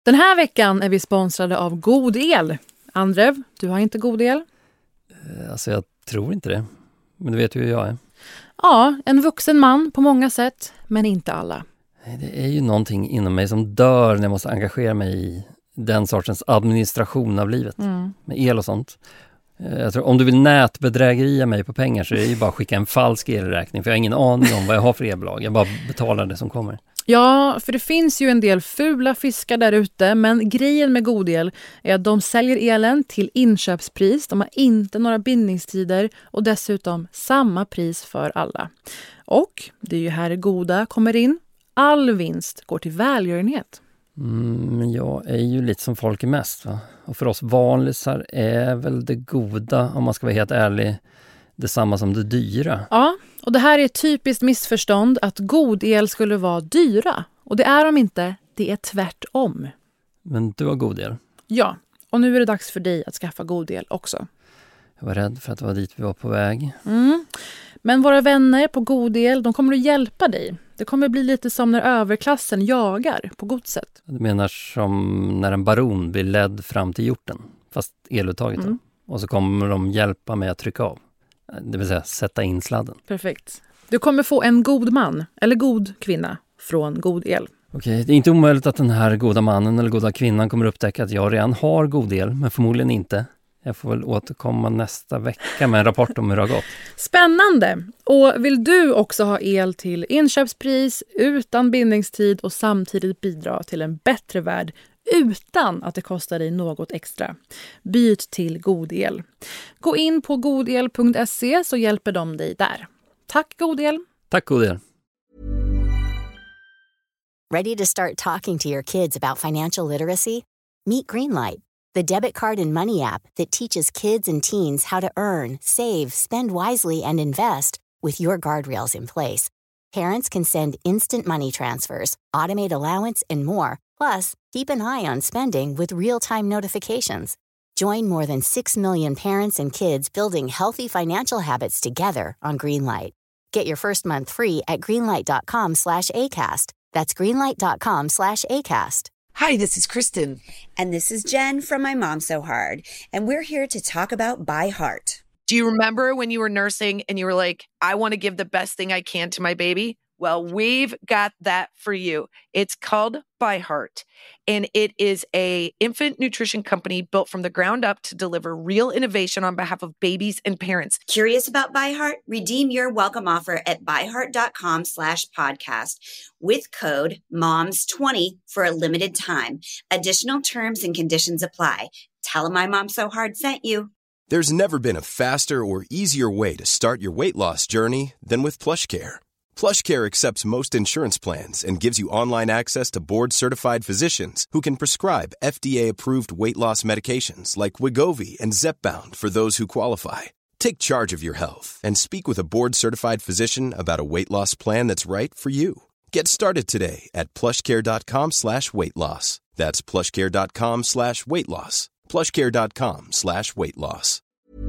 Den här veckan är vi sponsrade av God El. Andrev, du har inte God El? Alltså jag tror inte det. Men du vet ju hur jag är. Ja, en vuxen man på många sätt, men inte alla. Det är ju någonting inom mig som dör när jag måste engagera mig i den sortens administration av livet. Med el och sånt. Jag tror, om du vill nätbedrägeria mig på pengar så är det ju bara att skicka en falsk elräkning. För jag har ingen aning om vad jag har för elbolag. Jag bara betalar det som kommer. Ja, för det finns ju en del fula fiskar där ute, men grejen med God El är att de säljer elen till inköpspris, de har inte några bindningstider och dessutom samma pris för alla. Och det är ju här det goda kommer in, all vinst går till välgörenhet. Men jag är ju lite som folk är mest, va? Och för oss vanlisar är väl det goda, om man ska vara helt ärlig, detsamma som det dyra. Ja, och det här är ett typiskt missförstånd att God El skulle vara dyra. Och det är de inte, det är tvärtom. Men du har God El? Ja, och nu är det dags för dig att skaffa God El också. Jag var rädd för att det var dit vi var på väg. Men våra vänner på God El, de kommer att hjälpa dig. Det kommer bli lite som när överklassen jagar på godset. Du menar som när en baron blir ledd fram till hjorten, fast eluttaget då. Och så kommer de hjälpa mig att trycka av. Det vill säga sätta in sladden. Perfekt. Du kommer få en god man eller god kvinna från God El. Okej, det är inte omöjligt att den här goda mannen eller goda kvinnan kommer upptäcka att jag redan har God El, men förmodligen inte. Jag får väl återkomma nästa vecka med en rapport om hur det har gått. Spännande! Och vill du också ha el till inköpspris, utan bindningstid och samtidigt bidra till en bättre värld utan att det kostar dig något extra? Byt till God El. Gå in på godel.se så hjälper de dig där. Tack God El! Tack God El! Ready to start talking to your kids about financial literacy? Meet Greenlight, the debit card and money app that teaches kids and teens how to earn, save, spend wisely, and invest with your guardrails in place. Parents can send instant money transfers, automate allowance, and more. Plus, keep an eye on spending with real-time notifications. Join more than 6 million parents and kids building healthy financial habits together on Greenlight. Get your first month free at greenlight.com/ACAST. That's greenlight.com/ACAST. Hi, this is Kristen. And this is Jen from My Mom So Hard. And we're here to talk about By Heart. Do you remember when you were nursing and you were like, I want to give the best thing I can to my baby? Well, we've got that for you. It's called By Heart, and it is a infant nutrition company built from the ground up to deliver real innovation on behalf of babies and parents. Curious about By Heart? Redeem your welcome offer at byheart.com/podcast with code MOMS20 for a limited time. Additional terms and conditions apply. Tell them My Mom So Hard sent you. There's never been a faster or easier way to start your weight loss journey than with PlushCare. PlushCare accepts most insurance plans and gives you online access to board-certified physicians who can prescribe FDA-approved weight loss medications like Wegovy and Zepbound for those who qualify. Take charge of your health and speak with a board-certified physician about a weight loss plan that's right for you. Get started today at plushcare.com/weightloss. That's plushcare.com/weightloss. plushcare.com/weightloss.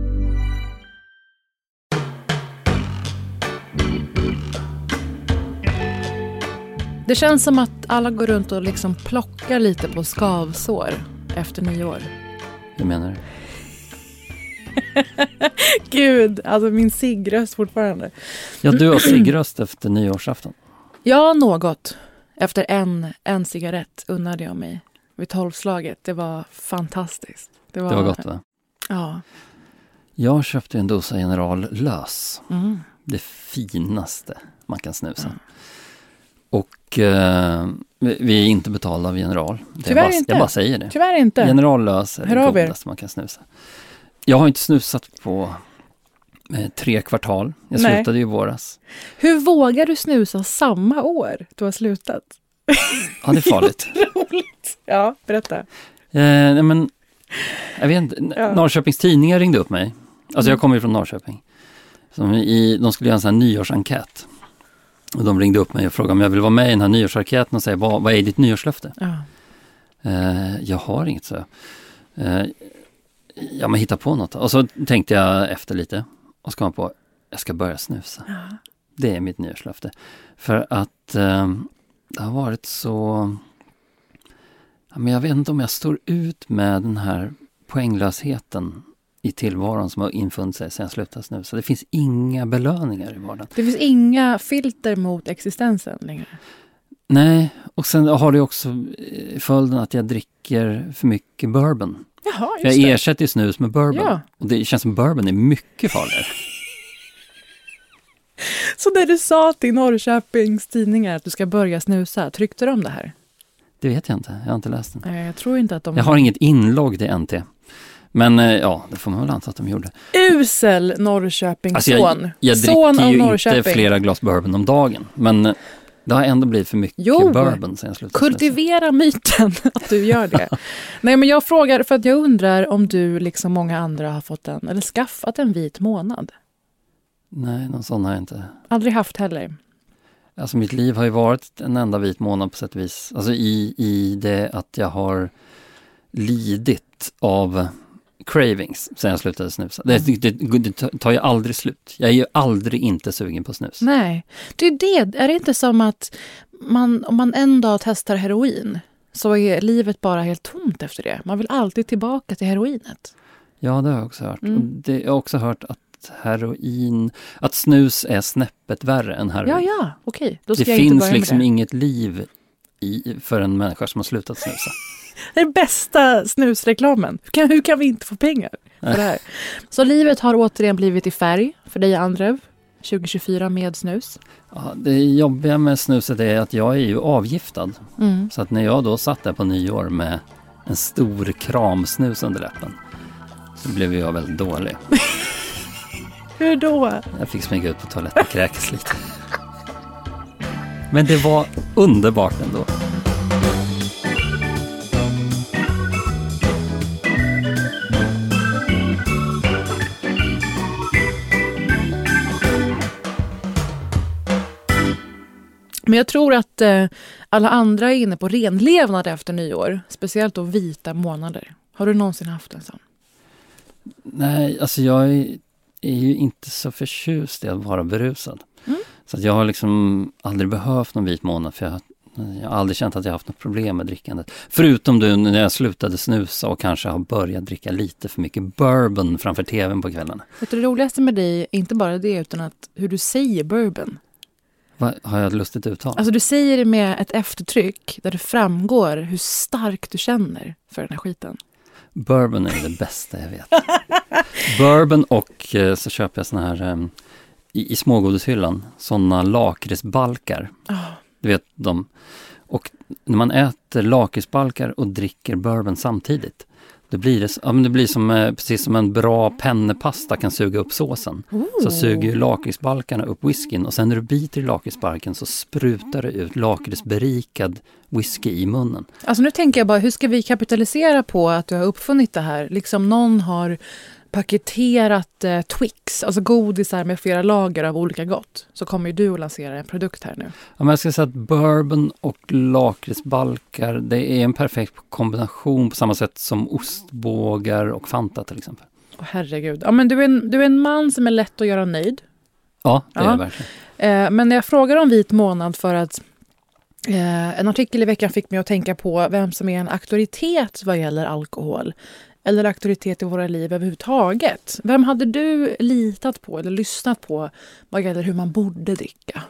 Det känns som att alla går runt och liksom plockar lite på skavsår efter nyår. Hur menar du? Gud, alltså min ciggröst fortfarande. Ja, du har ciggröst efter nyårsafton. Ja, något. Efter en cigarett unnade jag mig vid 12-slaget. Det var fantastiskt. Det var gott, va? Ja. Jag köpte en dosa General lös. Det finaste man kan snusa. Och vi är inte betalda av General. Jag bara säger det. Tyvärr inte. General lös är det godaste man kan snusa. Jag har inte snusat på 3 kvartal. Jag slutade ju i våras. Hur vågar du snusa samma år du har slutat? Ja, det är farligt. Roligt. Ja, berätta. Nej, men jag vet inte. Norrköpings tidningar ringde upp mig. Alltså jag kommer ju från Norrköping. De skulle göra en sån här nyårsenkät. Och de ringde upp mig och frågade om jag vill vara med i den här nyårsenkäten och säga, vad är ditt nyårslöfte? Ja. Jag har inget, så. Ja, men hitta på något. Och så tänkte jag efter lite och så kom jag på, jag ska börja snusa. Ja. Det är mitt nyårslöfte. För att det har varit så Men jag vet inte om jag står ut med den här poänglösheten i tillvaron som har infunnit sig sedan jag slutade snusa. Det finns inga belöningar i vardagen. Det finns inga filter mot existensen längre. Nej, och sen har det också följden att jag dricker för mycket bourbon. Jaha, just jag ersätter snus med bourbon. Ja. Och det känns som bourbon är mycket farligare. Så när du sa till Norrköpings tidningar att du ska börja snusa, tryckte de det här? Det vet jag inte, jag har inte läst den. Nej, jag tror inte att de... Jag har inget inlogg till NT. Men ja, det får man väl anta att de gjorde. Usel Norrköpings alltså son. Jag son dricker av ju Norrköping. inte flera glas bourbon om dagen. Men det har ändå blivit för mycket bourbon sen jag slutade. Kultivera myten att du gör det. Nej, men jag frågar för att jag undrar om du liksom många andra har fått eller skaffat en vit månad. Nej, någon sån har jag inte. Aldrig haft heller. Alltså mitt liv har ju varit en enda vit månad på sätt och vis. Alltså i det att jag har lidit av cravings sen jag slutade snusa. Det tar ju aldrig slut. Jag är ju aldrig inte sugen på snus. Nej, det är det. Är det inte som att om man en dag testar heroin så är livet bara helt tomt efter det? Man vill alltid tillbaka till heroinet. Ja, det har jag också hört. Och jag har också hört att snus är snäppet värre än heroin. Ja, okej. Då ska det jag inte finns börja liksom med det. Inget liv för en människa som har slutat snusa. Det är den bästa snusreklamen. Hur kan vi inte få pengar för det här? Så livet har återigen blivit i färg för dig, Andrev, 2024 med snus. Ja, det jobbiga med snuset är att jag är ju avgiftad. Så att när jag då satt där på nyår med en stor kramsnus under läppen så blev jag väldigt dålig. Hur då? Jag fick smyga ut på toaletten och kräkas lite. Men det var underbart ändå. Men jag tror att alla andra är inne på renlevnad efter nyår. Speciellt då vita månader. Har du någonsin haft en sån? Nej, alltså jag är ju inte så förtjust i att vara berusad. Så att jag har liksom aldrig behövt någon vit månad för jag har aldrig känt att jag haft något problem med drickandet. Förutom när jag slutade snusa och kanske har börjat dricka lite för mycket bourbon framför tvn på kvällarna. Det roligaste med dig är inte bara det utan att hur du säger bourbon. Har jag ett lustigt uttal? Alltså du säger det med ett eftertryck där det framgår hur starkt du känner för den här skiten. Bourbon är det bästa jag vet. Bourbon och så köper jag såna här i smågodishyllan, såna lakritsbalkar. Du vet dem. Och när man äter lakritsbalkar och dricker bourbon samtidigt, då blir det blir som precis som en bra pennepasta kan suga upp såsen. Så suger ju lakritsbalkarna upp whiskyn och sen när du biter i lakritsbalken så sprutar det ut lakritsberikad whisky i munnen. Alltså nu tänker jag bara, hur ska vi kapitalisera på att du har uppfunnit det här? Liksom någon har paketerat Twix, alltså godisar med flera lager av olika gott. Så kommer ju du att lansera en produkt här nu. Ja, men jag ska säga att bourbon och lakritsbalkar, det är en perfekt kombination på samma sätt som ostbågar och Fanta till exempel. Herregud. Ja, men du är en man som är lätt att göra nöjd. Ja, det är jag verkligen. Men när jag frågar om vit månad för att en artikel i veckan fick mig att tänka på vem som är en auktoritet vad gäller alkohol. Eller auktoritet i våra liv överhuvudtaget. Vem hade du litat på eller lyssnat på vad gäller hur man borde dricka?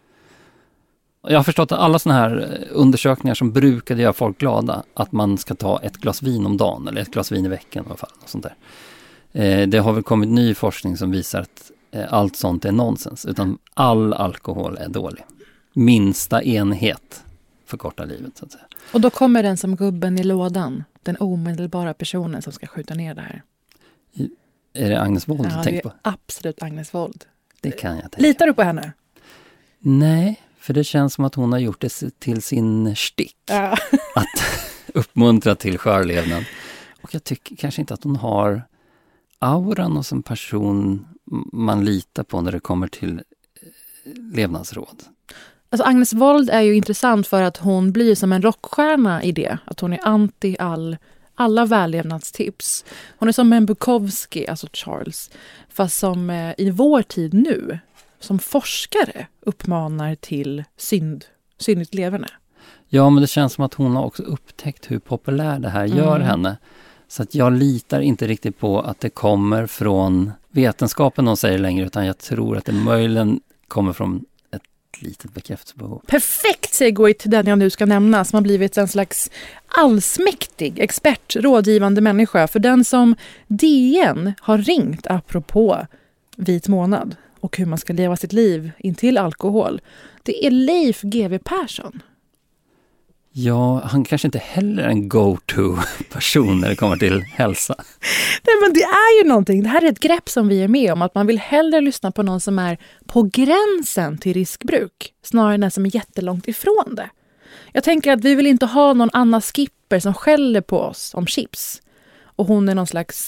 Jag har förstått att alla såna här undersökningar som brukade göra folk glada, att man ska ta ett glas vin om dagen eller ett glas vin i veckan i alla fall. Och sånt där. Det har väl kommit ny forskning som visar att allt sånt är nonsens. Utan all alkohol är dålig. Minsta enhet förkortar livet så att säga. Och då kommer den som gubben i lådan. Den omedelbara personen som ska skjuta ner det här. Är det Agnes Wold du tänker på? Ja, det är absolut Agnes Wold. Det kan jag tänka. Litar du på henne? Nej, för det känns som att hon har gjort det till sin stick. Ja. Att uppmuntra till skörlevnad. Och jag tycker kanske inte att hon har auran och som person man litar på när det kommer till levnadsråd. Alltså Agnes Wold är ju intressant för att hon blir som en rockstjärna i det. Att hon är anti alla vällevnadstips. Hon är som en Bukowski, alltså Charles. Fast som i vår tid nu, som forskare uppmanar till syndigt leverne. Ja, men det känns som att hon har också upptäckt hur populär det här gör henne. Så att jag litar inte riktigt på att det kommer från vetenskapen de säger längre, utan jag tror att det möjligen kommer från ett litet bekräftelsebehov. Perfekt segue till den jag nu ska nämna, som har blivit en slags allsmäktig expert, rådgivande människa för den som DN har ringt apropå vit månad och hur man ska leva sitt liv intill alkohol. Det är Leif GW Persson. Ja, han kanske inte heller är en go-to-person när det kommer till hälsa. Nej, men det är ju någonting. Det här är ett grepp som vi är med om. Att man vill hellre lyssna på någon som är på gränsen till riskbruk. Snarare än den som är jättelångt ifrån det. Jag tänker att vi vill inte ha någon Anna Skipper som skäller på oss om chips. Och hon är någon slags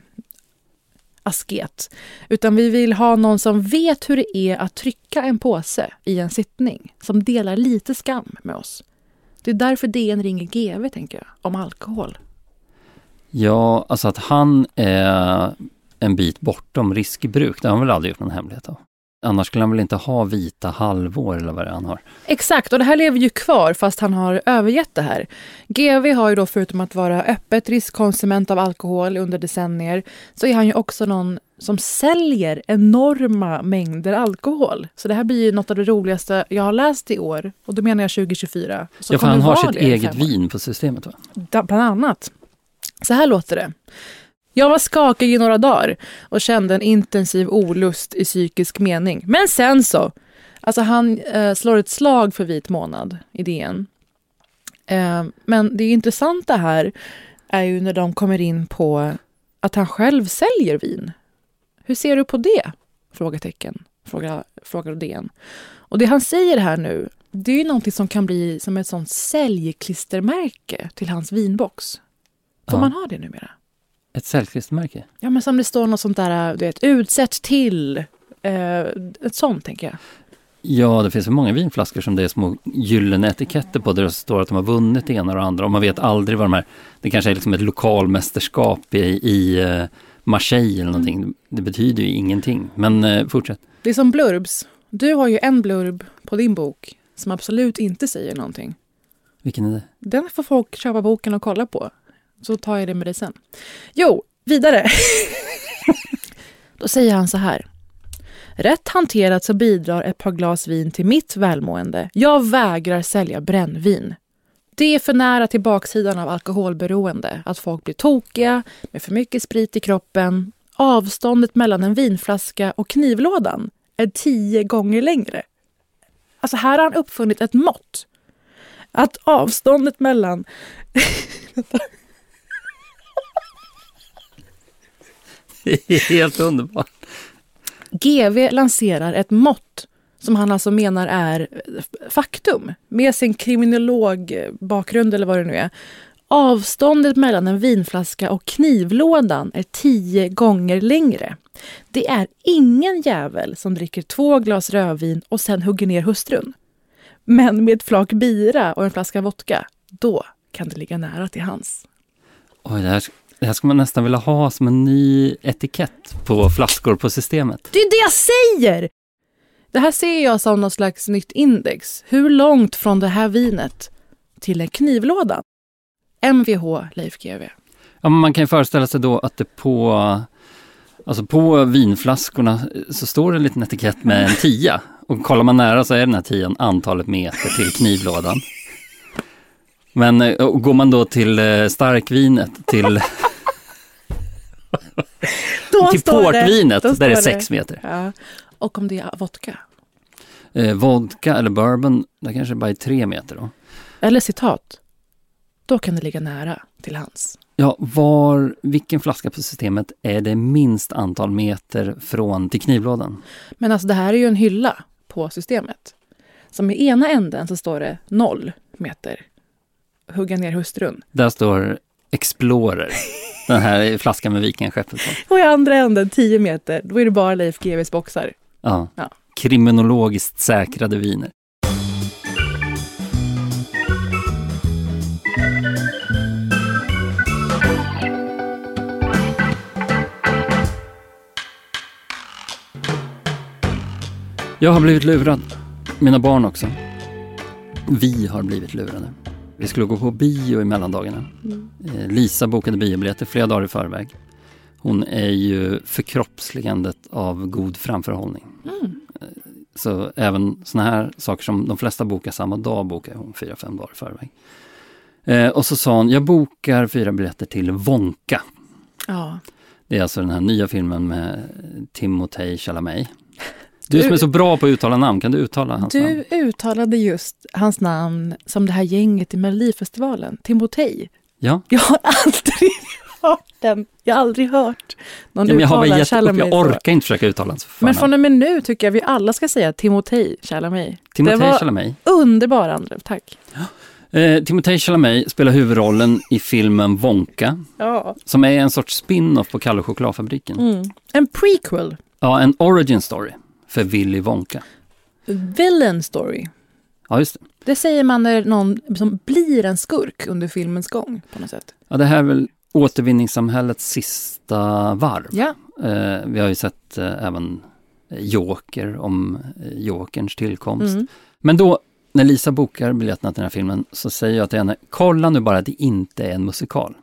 asket. Utan vi vill ha någon som vet hur det är att trycka en påse i en sittning. Som delar lite skam med oss. Det är därför DN ringer GW, tänker jag, om alkohol. Ja, alltså att han är en bit bortom riskbruk, det har han väl aldrig gjort någon hemlighet av. Annars skulle han väl inte ha vita halvår eller vad det han har. Exakt, och det här lever ju kvar fast han har övergett det här. GW har ju då, förutom att vara öppet riskkonsument av alkohol under decennier, så är han ju också någon som säljer enorma mängder alkohol. Så det här blir ju något av det roligaste jag har läst i år. Och då menar jag 2024. Så ja, för han har sitt eget vin på systemet, va? Bland annat. Så här låter det. Jag var skakig i några dagar och kände en intensiv olust i psykisk mening. Men sen så, alltså han slår ett slag för vit månad i DN. Men det intressanta här är ju när de kommer in på att han själv säljer vin. Hur ser du på det? Frågar DN. Och det han säger här nu, det är ju någonting som kan bli som ett sånt säljklistermärke till hans vinbox. Får man ha det numera? Ett säljklistermärke? Ja, men som det står något sånt där, du vet, utsätt till. Ett sånt, tänker jag. Ja, det finns för många vinflaskor som det är små gyllene etiketter på där det står att de har vunnit det ena och det andra. Och man vet aldrig vad de är. Det kanske är liksom ett lokalmästerskap i Marseille eller någonting. Det betyder ju ingenting. Men fortsätt. Det är som blurbs. Du har ju en blurb på din bok som absolut inte säger någonting. Vilken är det? Den får folk köpa boken och kolla på. Så tar jag det med dig sen. Jo, vidare. Då säger han så här. Rätt hanterat så bidrar ett par glas vin till mitt välmående. Jag vägrar sälja brännvin. Det är för nära till baksidan av alkoholberoende. Att folk blir tokiga med för mycket sprit i kroppen. Avståndet mellan en vinflaska och knivlådan är 10 gånger längre. Alltså här har han uppfunnit ett mått. Att avståndet mellan... Det är helt underbart. GW lanserar ett mått som han alltså menar är faktum. Med sin kriminologbakgrund eller vad det nu är. Avståndet mellan en vinflaska och knivlådan är 10 gånger längre. Det är ingen jävel som dricker 2 glas rödvin och sen hugger ner hustrun. Men med ett flak bira och en flaska vodka, då kan det ligga nära till hans. Oj, det här ska man nästan vilja ha som en ny etikett på flaskor på systemet. Det är det jag säger! Det här ser jag som något slags nytt index. Hur långt från det här vinet till en knivlåda? MVH Leif GW. Ja, men man kan ju föreställa sig då att det på vinflaskorna så står det en liten etikett med en 10. Och kollar man nära så är den här 10 antalet meter till knivlådan. Men går man då till starkvinet, till portvinet, där är det 6 meter. Ja. Och om det är vodka? Vodka eller bourbon, där kanske bara är 3 meter då. Eller citat. Då kan det ligga nära till hans. Ja, vilken flaska på systemet är det minst antal meter från till knivlådan? Men alltså det här är ju en hylla på systemet. Som i ena änden så står det 0 meter. Hugga ner hustrun. Där står Explorer. Den här flaskan med vikingaskeppet på. Och i andra änden 10 meter. Då är det bara Leif GWs boxar. Ja. Kriminologiskt säkrade viner. Jag har blivit lurad. Mina barn också. Vi har blivit lurade. Vi skulle gå på bio i mellandagarna. Lisa bokade biobiljetter flera dagar i förväg. Hon är ju förkroppsligandet av god framförhållning. Så även såna här saker som de flesta bokar samma dag bokar hon 4-5 dagar i förväg. Och så sa hon, jag bokar 4 biljetter till Wonka. Ja. Det är alltså den här nya filmen med Timothée Chalamet. Du som är så bra på att uttala namn, kan du uttala hans namn? Du uttalade just hans namn som det här gänget i Melodifestivalen, Timothée. Ja. Jag har aldrig hört den. Jag har aldrig hört någon uttala Chalamet. Jag orkar inte försöka uttala hans förnamn. Men från och med nu tycker jag vi alla ska säga Timothée Chalamet. Timothée Chalamet. Underbar, Andrew, tack. Timothée Chalamet spelar huvudrollen i filmen Wonka. Ja. Som är en sorts spin-off på Kalle och chokladfabriken. En prequel. Ja, en origin story för Willy Wonka. Villain story. Ja, just det. Det säger man när någon som blir en skurk under filmens gång på något sätt. Ja, det här är väl återvinningssamhällets sista varv. Ja. Vi har ju sett även Joker om Jokerns tillkomst. Men då, när Lisa bokar biljetterna till den här filmen så säger jag till henne, kolla nu bara att det inte är en musikal.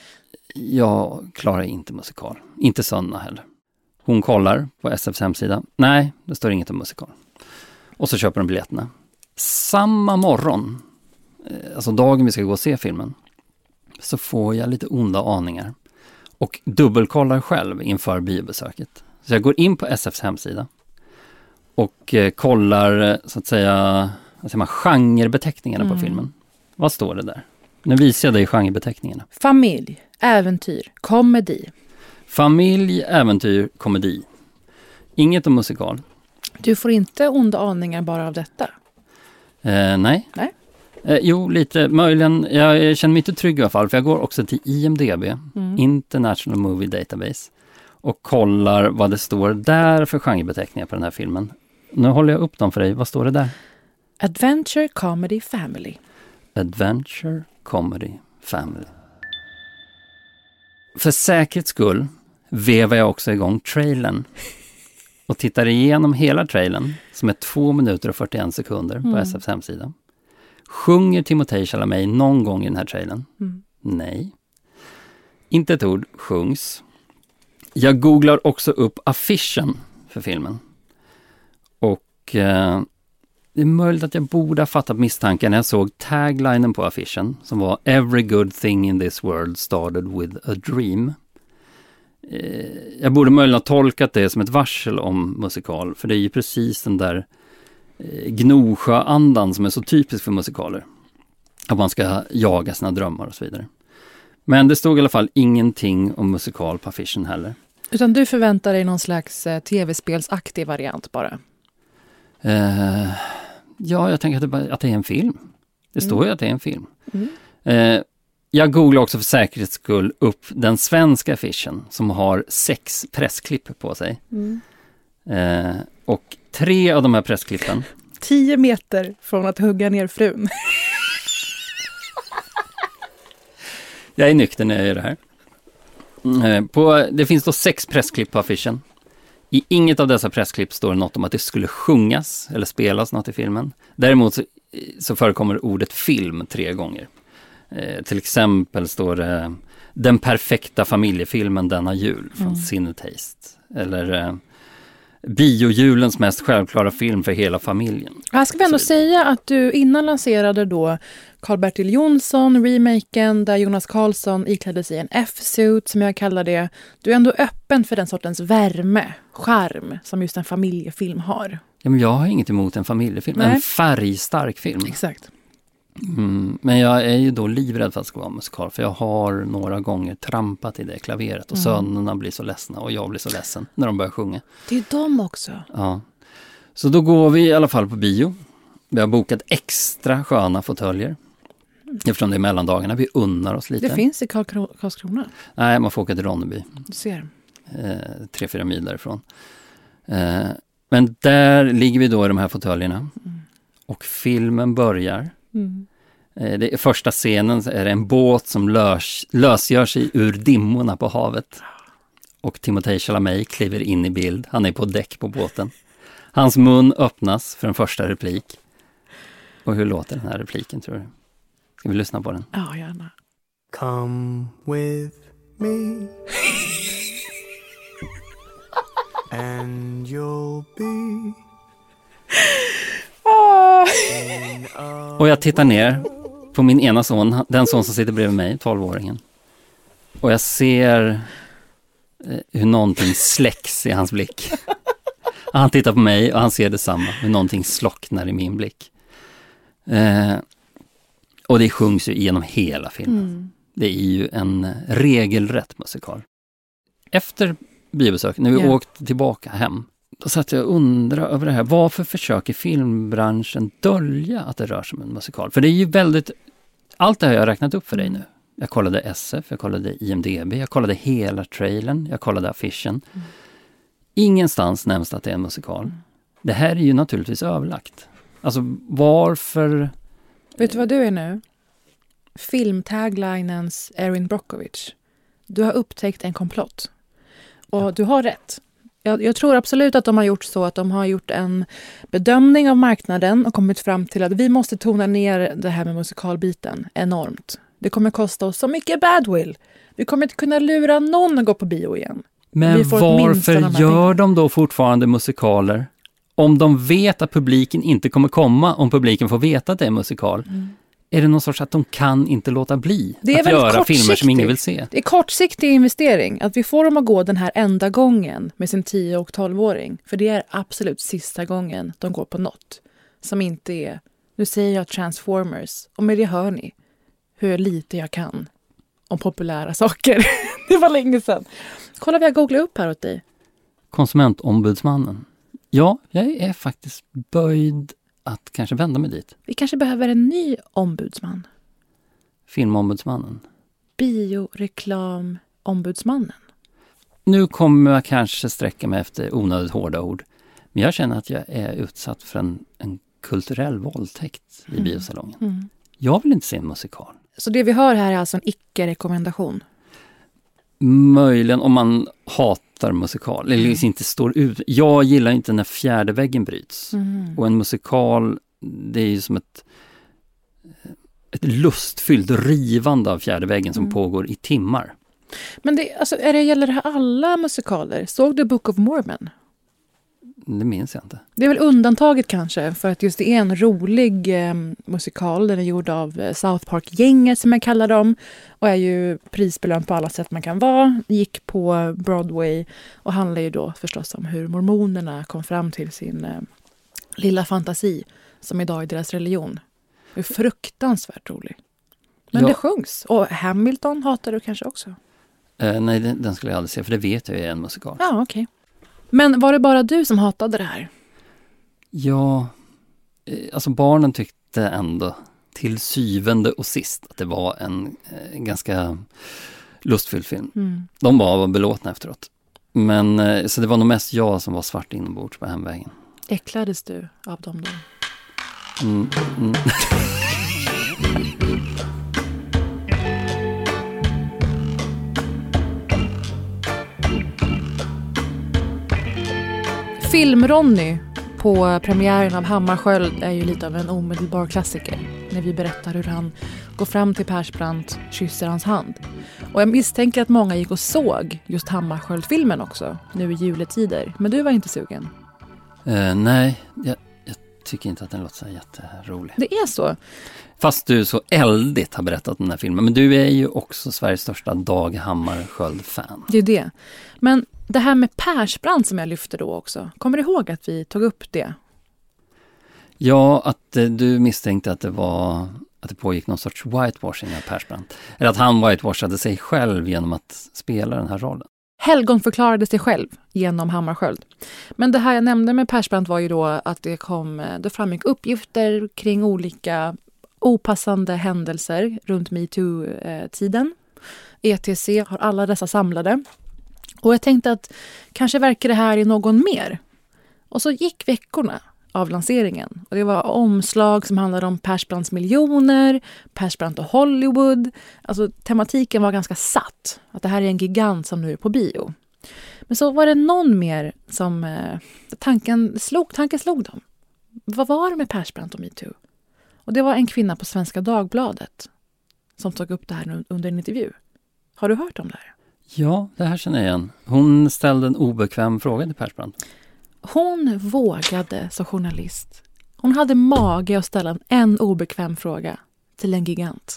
Jag klarar inte musikal. Inte sådana heller. Hon kollar på SFs hemsida. Nej, det står inget om musikal. Och så köper de biljetterna. Samma morgon, alltså dagen vi ska gå och se filmen, så får jag lite onda aningar. Och dubbelkollar själv inför biobesöket. Så jag går in på SFs hemsida och kollar så att säga genrebeteckningarna på filmen. Vad står det där? Nu visar jag dig genrebeteckningarna. Familj, äventyr, komedi. Familj, äventyr, komedi. Inget om musikal. Du får inte onda aningar bara av detta? Nej. Jo, lite. Möjligen. Jag känner mig inte trygg i alla fall. För jag går också till IMDb, International Movie Database. Och kollar vad det står där för genrebeteckningar på den här filmen. Nu håller jag upp dem för dig. Vad står det där? Adventure, comedy, family. Adventure, comedy, family. För säkerhets skull vevar jag också igång trailern. Och tittar igenom hela trailern, som är 2 minuter och 41 sekunder på SFs hemsida. Sjunger Timothée Chalamet någon gång i den här trailern? Nej. Inte ett ord sjungs. Jag googlar också upp affischen för filmen. Och det är möjligt att jag borde ha fattat misstanken när jag såg taglinen på affischen, som var Every good thing in this world started with a dream. Jag borde möjligen ha tolkat det som ett varsel om musikal, för det är ju precis den där Gnosjö-andan som är så typisk för musikaler. Att man ska jaga sina drömmar och så vidare. Men det stod i alla fall ingenting om musikal på affischen heller. Utan du förväntar dig någon slags tv-spelsaktig variant bara? Ja, jag tänker att det är en film. Det står ju att det är en film. Jag googlar också för säkerhets skull upp den svenska affischen som har 6 pressklipp på sig. Och 3 av de här pressklippen 10 meter från att hugga ner frun. Jag är nykter när jag gör det här. Det finns då 6 pressklipp på affischen. I inget av dessa pressklipp står det något om att det skulle sjungas eller spelas något i filmen. Däremot så förekommer ordet film 3 gånger. Till exempel står det Den perfekta familjefilmen denna jul från Cinetaste. Eller biojulens mest självklara film för hela familjen. Jag ska ändå säga att du innan lanserade då Karl-Bertil Jonsson, remaken där Jonas Karlsson iklädde sig en F-suit som jag kallar det. Du är ändå öppen för den sortens värme, charm som just en familjefilm har. Ja, men jag har inget emot en familjefilm. Nej. En färgstark film. Exakt. Men jag är ju då livrädd för att det ska vara musikal. För jag har några gånger trampat i det klaveret. Och sönerna blir så ledsna och jag blir så ledsen när de börjar sjunga. Det är de också. Ja. Så då går vi i alla fall på bio. Vi har bokat extra sköna fåtöljer. Eftersom det är mellandagarna. Vi unnar oss lite. Det finns i Karlskrona. Nej, man får åka till Ronneby. Du ser. 3-4 mil därifrån. Men där ligger vi då i de här fåtöljerna. Och filmen börjar. Det är första scenen är det en båt som lösgör sig ur dimmorna på havet. Och Timothée Chalamet kliver in i bild. Han är på däck på båten. Hans mun öppnas för en första replik. Och hur låter den här repliken, tror du? Ska vi lyssna på den? Ja, gärna. Come with me and you'll be Och jag tittar ner på min ena son, den son som sitter bredvid mig, 12-åringen. Och jag ser hur någonting släcks i hans blick. Han tittar på mig och han ser detsamma, hur någonting slocknar i min blick. Och det sjungs ju genom hela filmen. Det är ju en regelrätt musikal. Efter biobesök, när vi åkte tillbaka hem, då satt jag och undrade över det här. Varför försöker filmbranschen dölja att det rör sig om en musikal? För det är ju väldigt... Allt det har jag räknat upp för dig nu. Jag kollade SF, jag kollade IMDb, jag kollade hela trailern, jag kollade affischen. Ingenstans nämns att det är en musikal. Det här är ju naturligtvis överlagt. Alltså varför... Vet du vad du är nu? Filmtaglinens Erin Brockovich. Du har upptäckt en komplott. Och du har rätt. Jag tror absolut att de har gjort så att de har gjort en bedömning av marknaden och kommit fram till att vi måste tona ner det här med musikalbiten enormt. Det kommer kosta oss så mycket badwill. Vi kommer inte kunna lura någon att gå på bio igen. Men varför gör de då fortfarande musikaler? Om de vet att publiken inte kommer komma, om publiken får veta att det är musikal. Är det någon sorts att de kan inte låta bli att göra filmer som ingen vill se? Det är kortsiktig investering. Att vi får dem att gå den här enda gången med sin 10- och 12-åring. För det är absolut sista gången de går på något. Som inte är, nu säger jag Transformers. Och med det hör ni hur lite jag kan om populära saker. Det var länge sedan. Kolla vad jag googlar upp här åt dig. Konsumentombudsmannen. Ja, jag är faktiskt böjd att kanske vända mig dit. Vi kanske behöver en ny ombudsman. Filmombudsmannen. Bioreklamombudsmannen. Nu kommer jag kanske sträcka mig efter onödigt hårda ord. Men jag känner att jag är utsatt för en kulturell våldtäkt i biosalongen. Jag vill inte se en musikal. Så det vi hör här är alltså en icke-rekommendation? Möjligen om man hatar musikal. Eller liksom inte står ut. Jag gillar inte när fjärde väggen bryts. Och en musikal, det är ju som ett lustfyllt rivande av fjärde väggen som pågår i timmar. Men gäller det här alla musikaler? Såg du Book of Mormon? Det minns jag inte. Det är väl undantaget kanske, för att just det är en rolig musikal. Den är gjord av South Park-gänget som jag kallar dem. Och är ju prisbelönt på alla sätt man kan vara. Gick på Broadway och handlar ju då förstås om hur mormonerna kom fram till sin lilla fantasi som idag är deras religion. Det är fruktansvärt rolig. Men det sjungs. Och Hamilton hatar du kanske också? Nej, den skulle jag aldrig se, för det vet jag är en musikal. Ja, okej. Men var det bara du som hatade det här? Ja, alltså barnen tyckte ändå till syvende och sist att det var en ganska lustfylld film. De var belåtna efteråt. Men så det var nog mest jag som var svart inombords på hemvägen. Äcklades du av dem då? Film-Ronny på premiären av Hammarskjöld är ju lite av en omedelbar klassiker. När vi berättar hur han går fram till Persbrandt, kysser hans hand. Och jag misstänker att många gick och såg just Hammarskjöld-filmen också, nu i juletider. Men du var inte sugen? Nej, jag tycker inte att den låter så jätterolig. Det är så? Fast du så eldigt har berättat den här filmen. Men du är ju också Sveriges största Dag Hammarskjöld-fan. Det är det. Men det här med Persbrandt som jag lyfte då också. Kommer du ihåg att vi tog upp det? Ja, att du misstänkte att det pågick någon sorts whitewashing av Persbrandt. Eller att han whitewashade sig själv genom att spela den här rollen. Helgon förklarade sig själv genom Hammarskjöld. Men det här jag nämnde med Persbrandt var ju då att det framgick uppgifter kring olika opassande händelser runt MeToo-tiden. ETC har alla dessa samlade. Och jag tänkte att kanske verkar det här i någon mer. Och så gick veckorna av lanseringen. Och det var omslag som handlade om Persbrandts miljoner, Persbrandt och Hollywood. Alltså tematiken var ganska satt. Att det här är en gigant som nu är på bio. Men så var det någon mer som tanken slog dem. Vad var det med Persbrandt och MeToo? Och det var en kvinna på Svenska Dagbladet som tog upp det här under en intervju. Har du hört om det här? Ja, det här känner jag igen. Hon ställde en obekväm fråga till Persbrandt. Hon vågade som journalist. Hon hade mage att ställa en obekväm fråga till en gigant.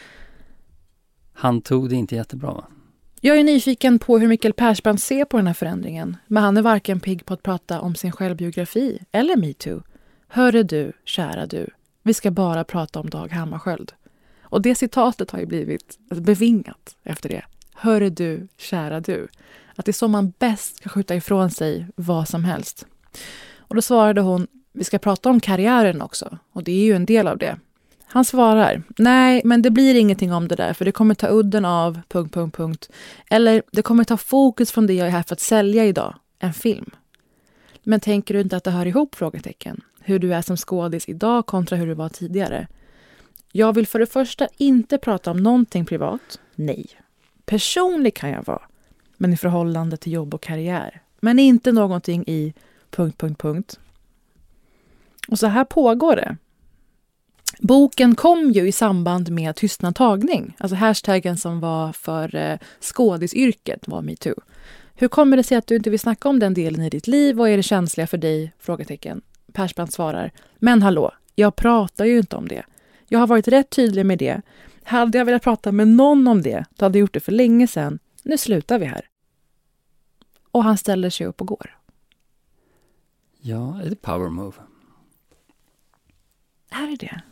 Han tog det inte jättebra, va? Jag är nyfiken på hur Mikael Persbrandt ser på den här förändringen. Men han är varken pigg på att prata om sin självbiografi eller MeToo. Hörru du, kära du. Vi ska bara prata om Dag Hammarskjöld. Och det citatet har ju blivit bevingat efter det. Hörru du, kära du. Att det är så man bäst ska skjuta ifrån sig vad som helst. Och då svarade hon, vi ska prata om karriären också. Och det är ju en del av det. Han svarar, nej men det blir ingenting om det där för det kommer ta udden av... Eller det kommer ta fokus från det jag är här för att sälja idag, en film. Men tänker du inte att det hör ihop? Frågetecken. Hur du är som skådis idag kontra hur du var tidigare. Jag vill för det första inte prata om någonting privat. Nej. Personlig kan jag vara. Men i förhållande till jobb och karriär. Men inte någonting i... Och så här pågår det. Boken kom ju i samband med tystnadtagning. Alltså hashtaggen som var för skådisyrket var MeToo. Hur kommer det sig att du inte vill snacka om den delen i ditt liv? Vad är det känsliga för dig? Frågetecken. Persbrandt svarar, men hallå, jag pratar ju inte om det. Jag har varit rätt tydlig med det. Hade jag velat prata med någon om det, då hade jag gjort det för länge sedan. Nu slutar vi här. Och han ställer sig upp och går. Ja, är det power move? Är det?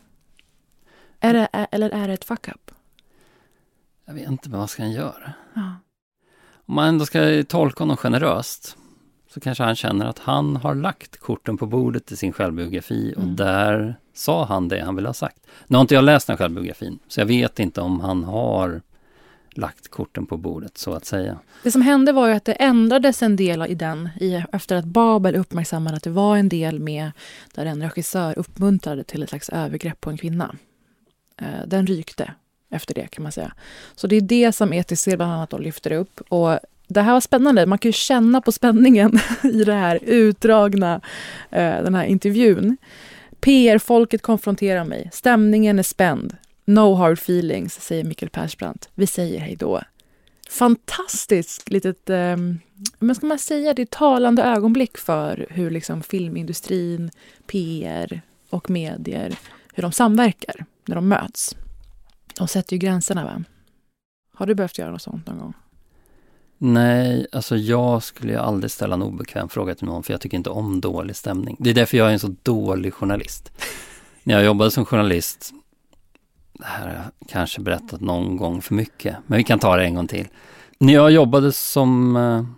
Eller är det ett fuck up? Jag vet inte, vad ska han göra? Ja. Om man ändå ska tolka honom generöst så kanske han känner att han har lagt korten på bordet i sin självbiografi och där sa han det han ville ha sagt. Nu har inte jag läst den självbiografin så jag vet inte om han har lagt korten på bordet så att säga. Det som hände var ju att det ändrades en del i den efter att Babel uppmärksammade att det var en del med där en regissör uppmuntrade till ett slags övergrepp på en kvinna. Den rykte efter det kan man säga. Så det är det som ETC bland annat då lyfter upp. Och det här var spännande. Man kan ju känna på spänningen i det här utdragna, den här intervjun. PR-folket konfronterar mig. Stämningen är spänd. No hard feelings, säger Mikael Persbrandt. Vi säger hej då. Fantastiskt litet, men ska man säga, det är talande ögonblick för hur liksom filmindustrin, PR och medier, hur de samverkar när de möts. De sätter ju gränserna, va? Har du behövt göra något sånt någon gång? Nej, alltså jag skulle ju aldrig ställa en obekväm fråga till någon för jag tycker inte om dålig stämning. Det är därför jag är en så dålig journalist. När jag jobbade som journalist, det här har jag kanske berättat någon gång för mycket, men vi kan ta det en gång till. När jag jobbade som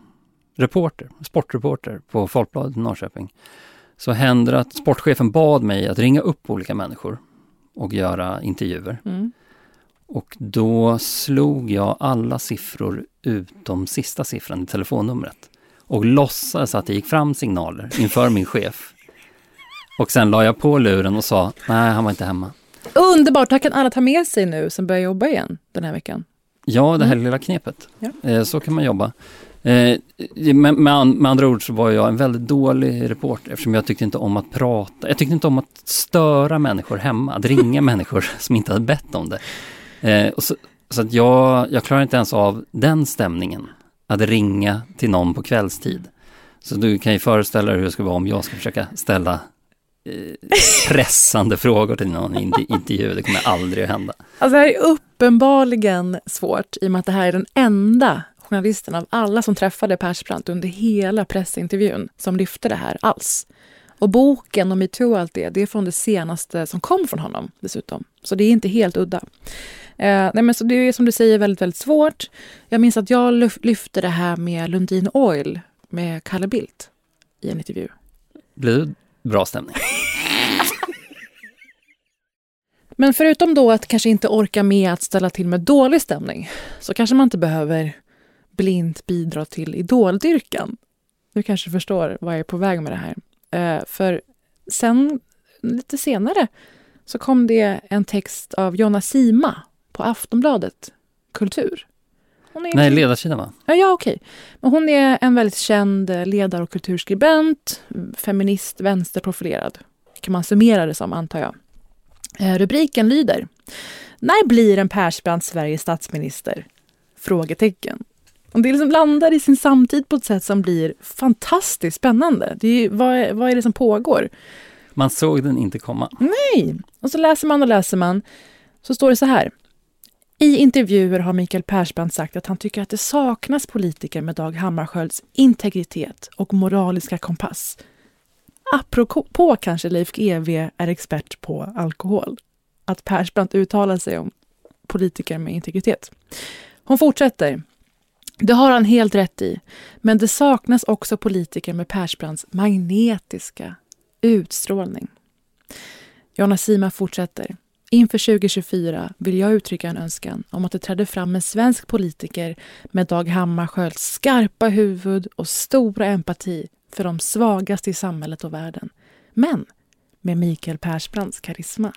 sportreporter på Folkbladet i Norrköping så hände det att sportchefen bad mig att ringa upp olika människor och göra intervjuer. Och då slog jag alla siffror utom sista siffran i telefonnumret och låtsades att det gick fram signaler inför min chef. Och sen la jag på luren och sa, nej, han var inte hemma. Underbart, det kan alla ta med sig nu som börjar jobba igen den här veckan. Ja, det här lilla knepet. Ja. Så kan man jobba. Med andra ord så var jag en väldigt dålig reporter eftersom jag tyckte inte om att prata. Jag tyckte inte om att störa människor hemma, att ringa människor som inte hade bett om det. Så att jag klarar inte ens av den stämningen, att ringa till någon på kvällstid. Så du kan ju föreställa dig hur det ska vara om jag ska försöka ställa pressande frågor till någon intervju. Det kommer aldrig att hända. Alltså det här är uppenbarligen svårt i och med att det här är den enda journalisten av alla som träffade Persbrandt under hela pressintervjun som lyfte det här alls. Och boken och MeToo och allt det är från det senaste som kom från honom dessutom. Så det är inte helt udda. Nej, men så det är som du säger väldigt, väldigt svårt. Jag minns att jag lyfte det här med Lundin Oil med Carl Bildt i en intervju. Blir det bra stämning? Men förutom då att kanske inte orka med att ställa till med dålig stämning så kanske man inte behöver blint bidra till idoldyrkan. Du kanske förstår vad jag är på väg med det här. För sen, lite senare, så kom det en text av Jonna Sima på Aftonbladet Kultur. Nej, ledarsidan va? Ja, okej. Men hon är en väldigt känd ledar- och kulturskribent, feminist, vänsterprofilerad. Kan man summera det som, antar jag. Rubriken lyder: När blir en Persbrandt Sveriges statsminister? Frågetecken. Och det liksom landar i sin samtid på ett sätt som blir fantastiskt spännande. Det är, vad är det som pågår? Man såg den inte komma. Nej! Och så läser man. Så står det så här. I intervjuer har Mikael Persbrandt sagt att han tycker att det saknas politiker med Dag Hammarskjölds integritet och moraliska kompass. Apropå kanske Leif GW är expert på alkohol. Att Persbrandt uttalar sig om politiker med integritet. Hon fortsätter. Det har han helt rätt i. Men det saknas också politiker med Persbrandts magnetiska utstrålning. Jonna Sima fortsätter. Inför 2024 vill jag uttrycka en önskan om att det trädde fram en svensk politiker med Dag Hammarskjölds skarpa huvud och stora empati för de svagaste i samhället och världen. Men med Mikael Persbrandts karisma.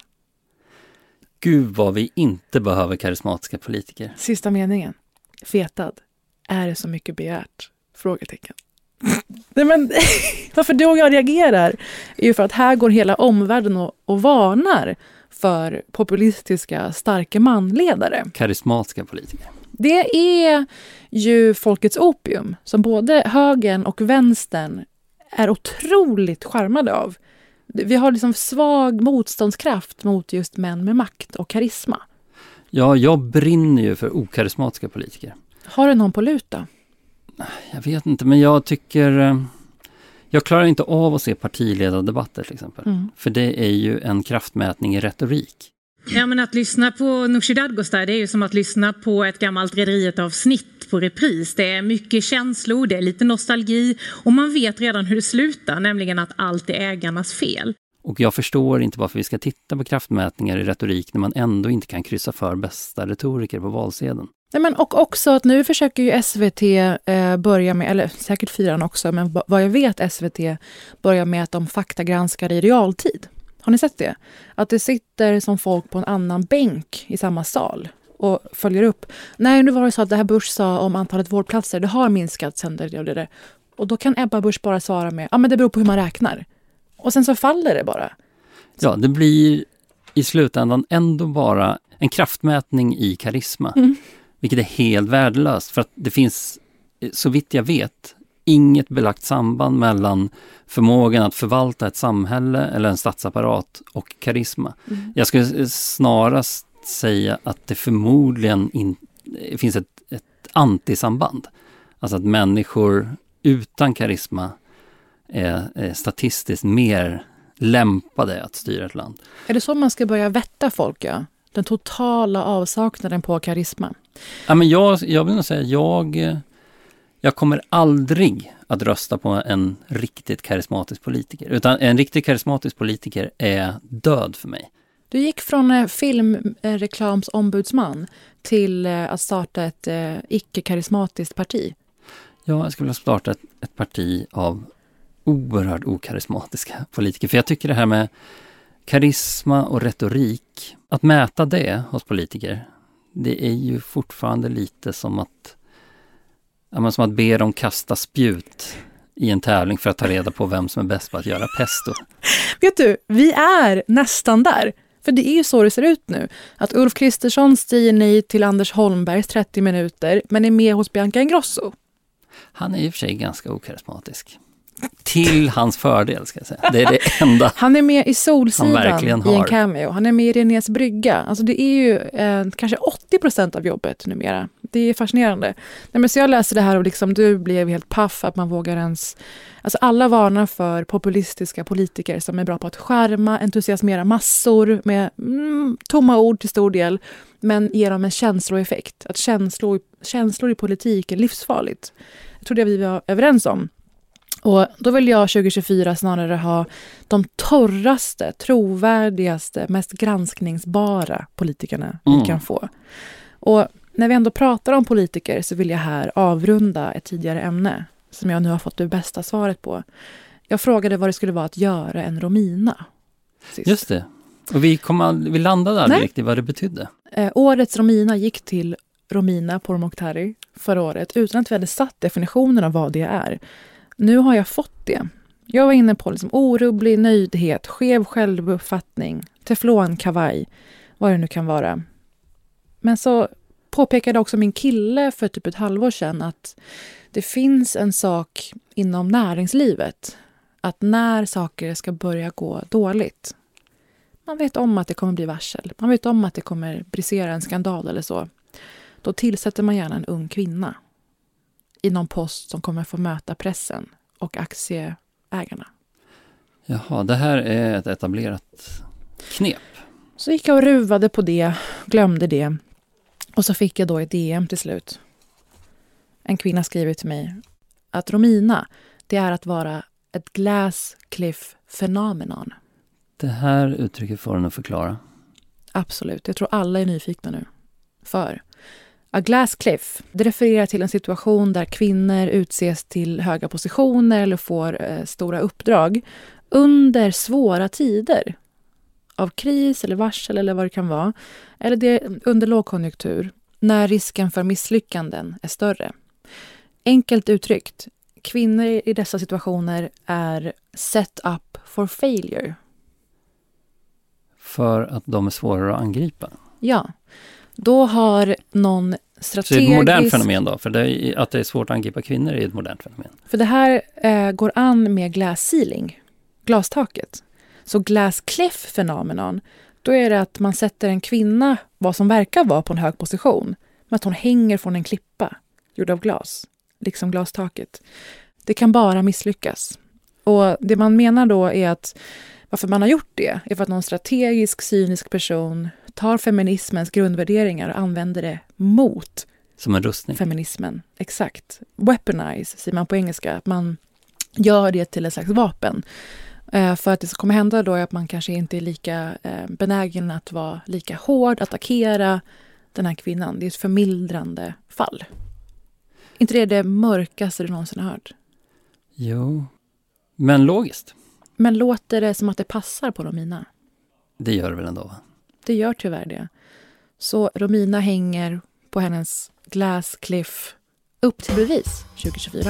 Gud vad vi inte behöver karismatiska politiker. Sista meningen. Fetad. Är det så mycket begärt? Frågetecken. Nej, men varför då jag reagerar är ju för att här går hela omvärlden och varnar för populistiska starka manledare. Karismatiska politiker. Det är ju folkets opium som både högern och vänstern är otroligt charmade av. Vi har liksom svag motståndskraft mot just män med makt och karisma. Ja, jag brinner ju för okarismatiska politiker. Har du någon på luta? Jag vet inte, men jag tycker... Jag klarar inte av att se partiledardebatter till exempel. För det är ju en kraftmätning i retorik. Ja, men att lyssna på Nooshi Dadgostar, det är ju som att lyssna på ett gammalt Rederiet-avsnitt på repris. Det är mycket känslor, det är lite nostalgi och man vet redan hur det slutar, nämligen att allt är ägarnas fel. Och jag förstår inte varför vi ska titta på kraftmätningar i retorik när man ändå inte kan kryssa för bästa retoriker på valsedeln. Nej, men och också att nu försöker ju SVT börja med, eller säkert Fyran också, men vad jag vet SVT börjar med att de faktagranskar i realtid. Har ni sett det? Att det sitter som folk på en annan bänk i samma sal och följer upp. Nej, nu var det så att det här Busch sa om antalet vårdplatser, det har minskat sen det. Och då kan Ebba Busch bara svara med, ja men det beror på hur man räknar. Och sen så faller det bara. Ja, det blir i slutändan ändå bara en kraftmätning i karisma. Vilket är helt värdelöst för att det finns, så vitt jag vet, inget belagt samband mellan förmågan att förvalta ett samhälle eller en statsapparat och karisma. Jag skulle snarast säga att det förmodligen finns ett antisamband. Alltså att människor utan karisma är statistiskt mer lämpade att styra ett land. Är det så man ska börja vätta folk, ja? Den totala avsaknaden på karisma. Ja, men jag vill nog säga jag kommer aldrig att rösta på en riktigt karismatisk politiker. Utan en riktigt karismatisk politiker är död för mig. Du gick från filmreklamsombudsman till att starta ett icke-karismatiskt parti. Ja, jag skulle vilja starta ett parti av oerhört okarismatiska politiker. För jag tycker det här med karisma och retorik, att mäta det hos politiker, det är ju fortfarande lite som att be dem kasta spjut i en tävling för att ta reda på vem som är bäst på att göra pesto. Vet du, vi är nästan där. För det är ju så det ser ut nu. Att Ulf Kristersson säger nej till Anders Holmbergs 30 minuter men är med hos Bianca Ingrosso. Han är i och för sig ganska okarismatisk. Till hans fördel, ska jag säga. Det är det enda han är med i Solsidan i en cameo. Han är med i Renés brygga. Alltså det är ju kanske 80% av jobbet numera. Det är fascinerande. Nej, men så jag läser det här och liksom, du blev helt paff att man vågar ens... Alltså alla varnar för populistiska politiker som är bra på att skärma, entusiasmera massor med tomma ord till stor del, men ger dem en känsloeffekt. Att känslor i politik är livsfarligt. Jag tror det vi var överens om. Och då vill jag 2024 snarare ha de torraste, trovärdigaste, mest granskningsbara politikerna vi kan få. Och när vi ändå pratar om politiker så vill jag här avrunda ett tidigare ämne som jag nu har fått det bästa svaret på. Jag frågade vad det skulle vara att göra en Romina. Sist. Just det. Och vi landade aldrig riktigt vad det betydde. Årets Romina gick till Romina Pourmokhtari förra året utan att vi hade satt definitionen av vad det är. Nu har jag fått det. Jag var inne på liksom orubblig nöjdhet, skev självuppfattning, teflonkavaj, vad det nu kan vara. Men så påpekade också min kille för typ ett halvår sedan att det finns en sak inom näringslivet. Att när saker ska börja gå dåligt. Man vet om att det kommer bli varsel. Man vet om att det kommer brisera en skandal eller så. Då tillsätter man gärna en ung kvinna i någon post som kommer få möta pressen och aktieägarna. Jaha, det här är ett etablerat knep. Så gick jag och ruvade på det, glömde det. Och så fick jag då ett DM till slut. En kvinna skriver till mig att Romina, det är att vara ett glass cliff phenomenon. Det här uttrycket får den att förklara. Absolut, jag tror alla är nyfikna nu. För a glass cliff, det refererar till en situation där kvinnor utses till höga positioner eller får stora uppdrag under svåra tider. Av kris eller varsel eller vad det kan vara. Eller det under lågkonjunktur, när risken för misslyckanden är större. Enkelt uttryckt, kvinnor i dessa situationer är set up for failure. För att de är svårare att angripa? Ja, då har någon strategisk... Så det är ett modernt fenomen då? För att det är svårt att angripa kvinnor är ett modernt fenomen. För det här går an med glass ceiling, glastaket. Så glass cliff phenomenon, då är det att man sätter en kvinna, vad som verkar vara på en hög position, men att hon hänger från en klippa gjord av glas, liksom glastaket. Det kan bara misslyckas. Och det man menar då är att varför man har gjort det är för att någon strategisk, cynisk person tar feminismens grundvärderingar och använder det mot som en rustning. Feminismen. Exakt. Weaponize, säger man på engelska. Att man gör det till ett slags vapen. För att det som kommer hända då är att man kanske inte är lika benägen att vara lika hård, attackera den här kvinnan. Det är ett förmildrande fall. Inte det är det mörkaste du någonsin har hört? Jo, men logiskt. Men låter det som att det passar på Romina? Det gör det väl ändå, va? Det gör tyvärr det. Så Romina hänger på hennes glass cliff upp till bevis 2024.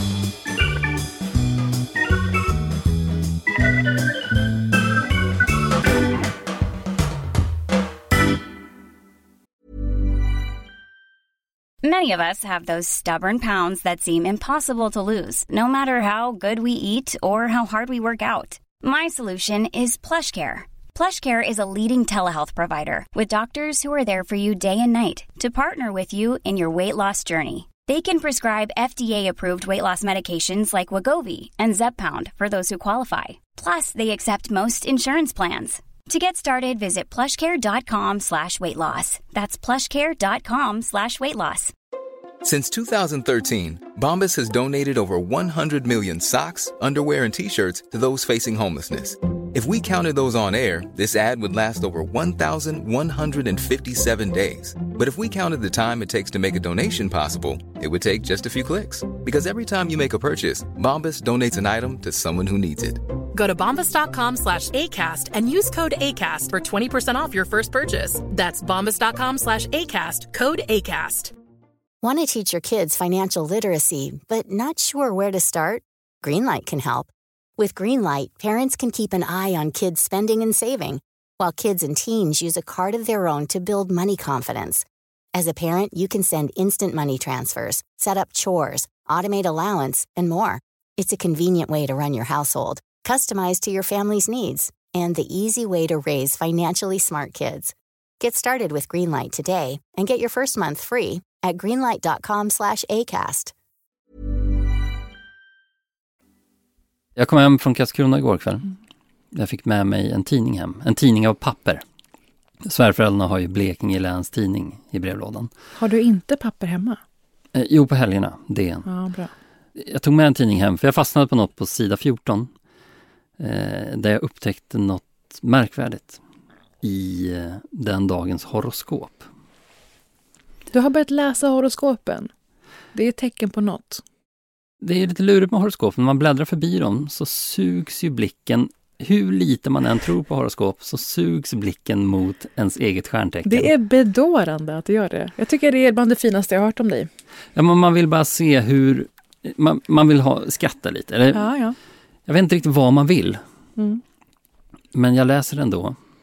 Many of us have those stubborn pounds that seem impossible to lose, no matter how good we eat or how hard we work out. My solution is PlushCare. PlushCare is a leading telehealth provider with doctors who are there for you day and night to partner with you in your weight loss journey. They can prescribe FDA-approved weight loss medications like Wegovy and Zepbound for those who qualify. Plus, they accept most insurance plans. To get started, visit plushcare.com/weightloss. That's plushcare.com/weightloss. Since 2013, Bombas has donated over 100 million socks, underwear, and T-shirts to those facing homelessness. If we counted those on air, this ad would last over 1,157 days. But if we counted the time it takes to make a donation possible, it would take just a few clicks. Because every time you make a purchase, Bombas donates an item to someone who needs it. Go to bombas.com/ACAST and use code ACAST for 20% off your first purchase. That's bombas.com/ACAST, code ACAST. Want to teach your kids financial literacy, but not sure where to start? Greenlight can help. With Greenlight, parents can keep an eye on kids' spending and saving, while kids and teens use a card of their own to build money confidence. As a parent, you can send instant money transfers, set up chores, automate allowance, and more. It's a convenient way to run your household, customized to your family's needs, and the easy way to raise financially smart kids. Get started with Greenlight today and get your first month free at greenlight.com/acast. Jag kom hem från Karlskrona igår kväll. Jag fick med mig en tidning hem. En tidning av papper. Svärföräldrarna har ju Blekinge läns tidning i brevlådan. Har du inte papper hemma? Jo, på helgerna. DN. Ja, bra. Jag tog med en tidning hem för jag fastnade på något på sida 14. Där jag upptäckte något märkvärdigt i den dagens horoskop. Du har börjat läsa horoskopen. Det är ett tecken på något. Det är lite lurigt med horoskop. När man bläddrar förbi dem så sugs ju blicken, hur lite man än tror på horoskop, så sugs blicken mot ens eget stjärntecken. Det är bedårande att du gör det. Jag tycker det är bland det finaste jag har hört om dig. Ja, men man vill bara se hur... Man vill skratta lite. Eller, ja. Jag vet inte riktigt vad man vill. Mm. Men jag läser ändå.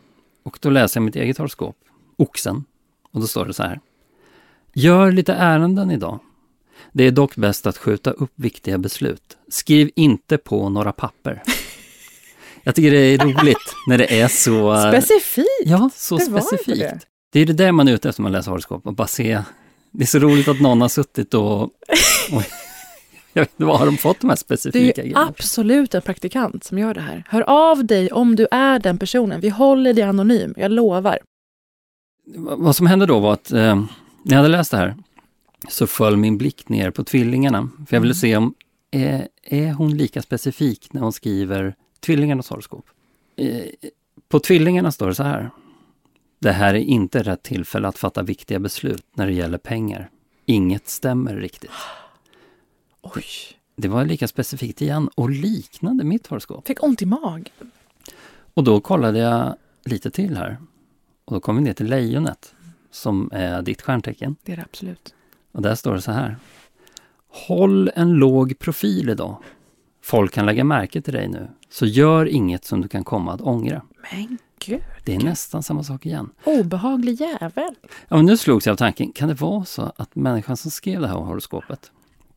Och då läser jag mitt eget horoskop, Oxen. Och då står det så här. Gör lite ärenden idag. Det är dock bäst att skjuta upp viktiga beslut. Skriv inte på några papper. Jag tycker det är roligt när det är så... Specifikt! Ja, så specifikt. Det är det där man är ute efter när man läser horoskop. Och bara se... Det är så roligt att någon har suttit och jag vet inte, vad har de fått de här specifika grejerna? Det är absolut en praktikant som gör det här. Hör av dig om du är den personen. Vi håller dig anonym, jag lovar. Vad som hände då var att när jag hade läst det här så föll min blick ner på tvillingarna. För jag ville se om är hon lika specifik när hon skriver tvillingarnas horoskop. På tvillingarna står det så här. Det här är inte rätt tillfälle att fatta viktiga beslut när det gäller pengar. Inget stämmer riktigt. Oj. Det var lika specifikt igen och liknande mitt horoskop. Fick ont i magen. Och då kollade jag lite till här. Och då kom vi ner till lejonet som är ditt stjärntecken. Det är det absolut. Och där står det så här. Håll en låg profil idag. Folk kan lägga märke till dig nu. Så gör inget som du kan komma att ångra. Men gud. Det är nästan samma sak igen. Obehaglig jävel. Ja, men nu slogs jag av tanken. Kan det vara så att människan som skrev det här horoskopet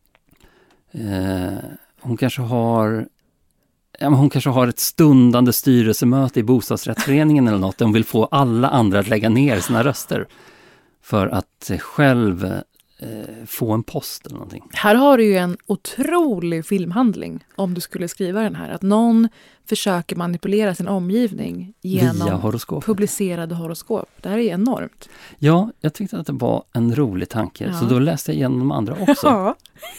hon kanske har ett stundande styrelsemöte i bostadsrättsföreningen eller något. Hon vill få alla andra att lägga ner sina röster för att själv få en post eller någonting. Här har du ju en otrolig filmhandling om du skulle skriva den här. Att någon försöker manipulera sin omgivning genom publicerade horoskop. Det här är enormt. Ja, jag tyckte att det var en rolig tanke. Så då läste jag igenom de andra också. Ja.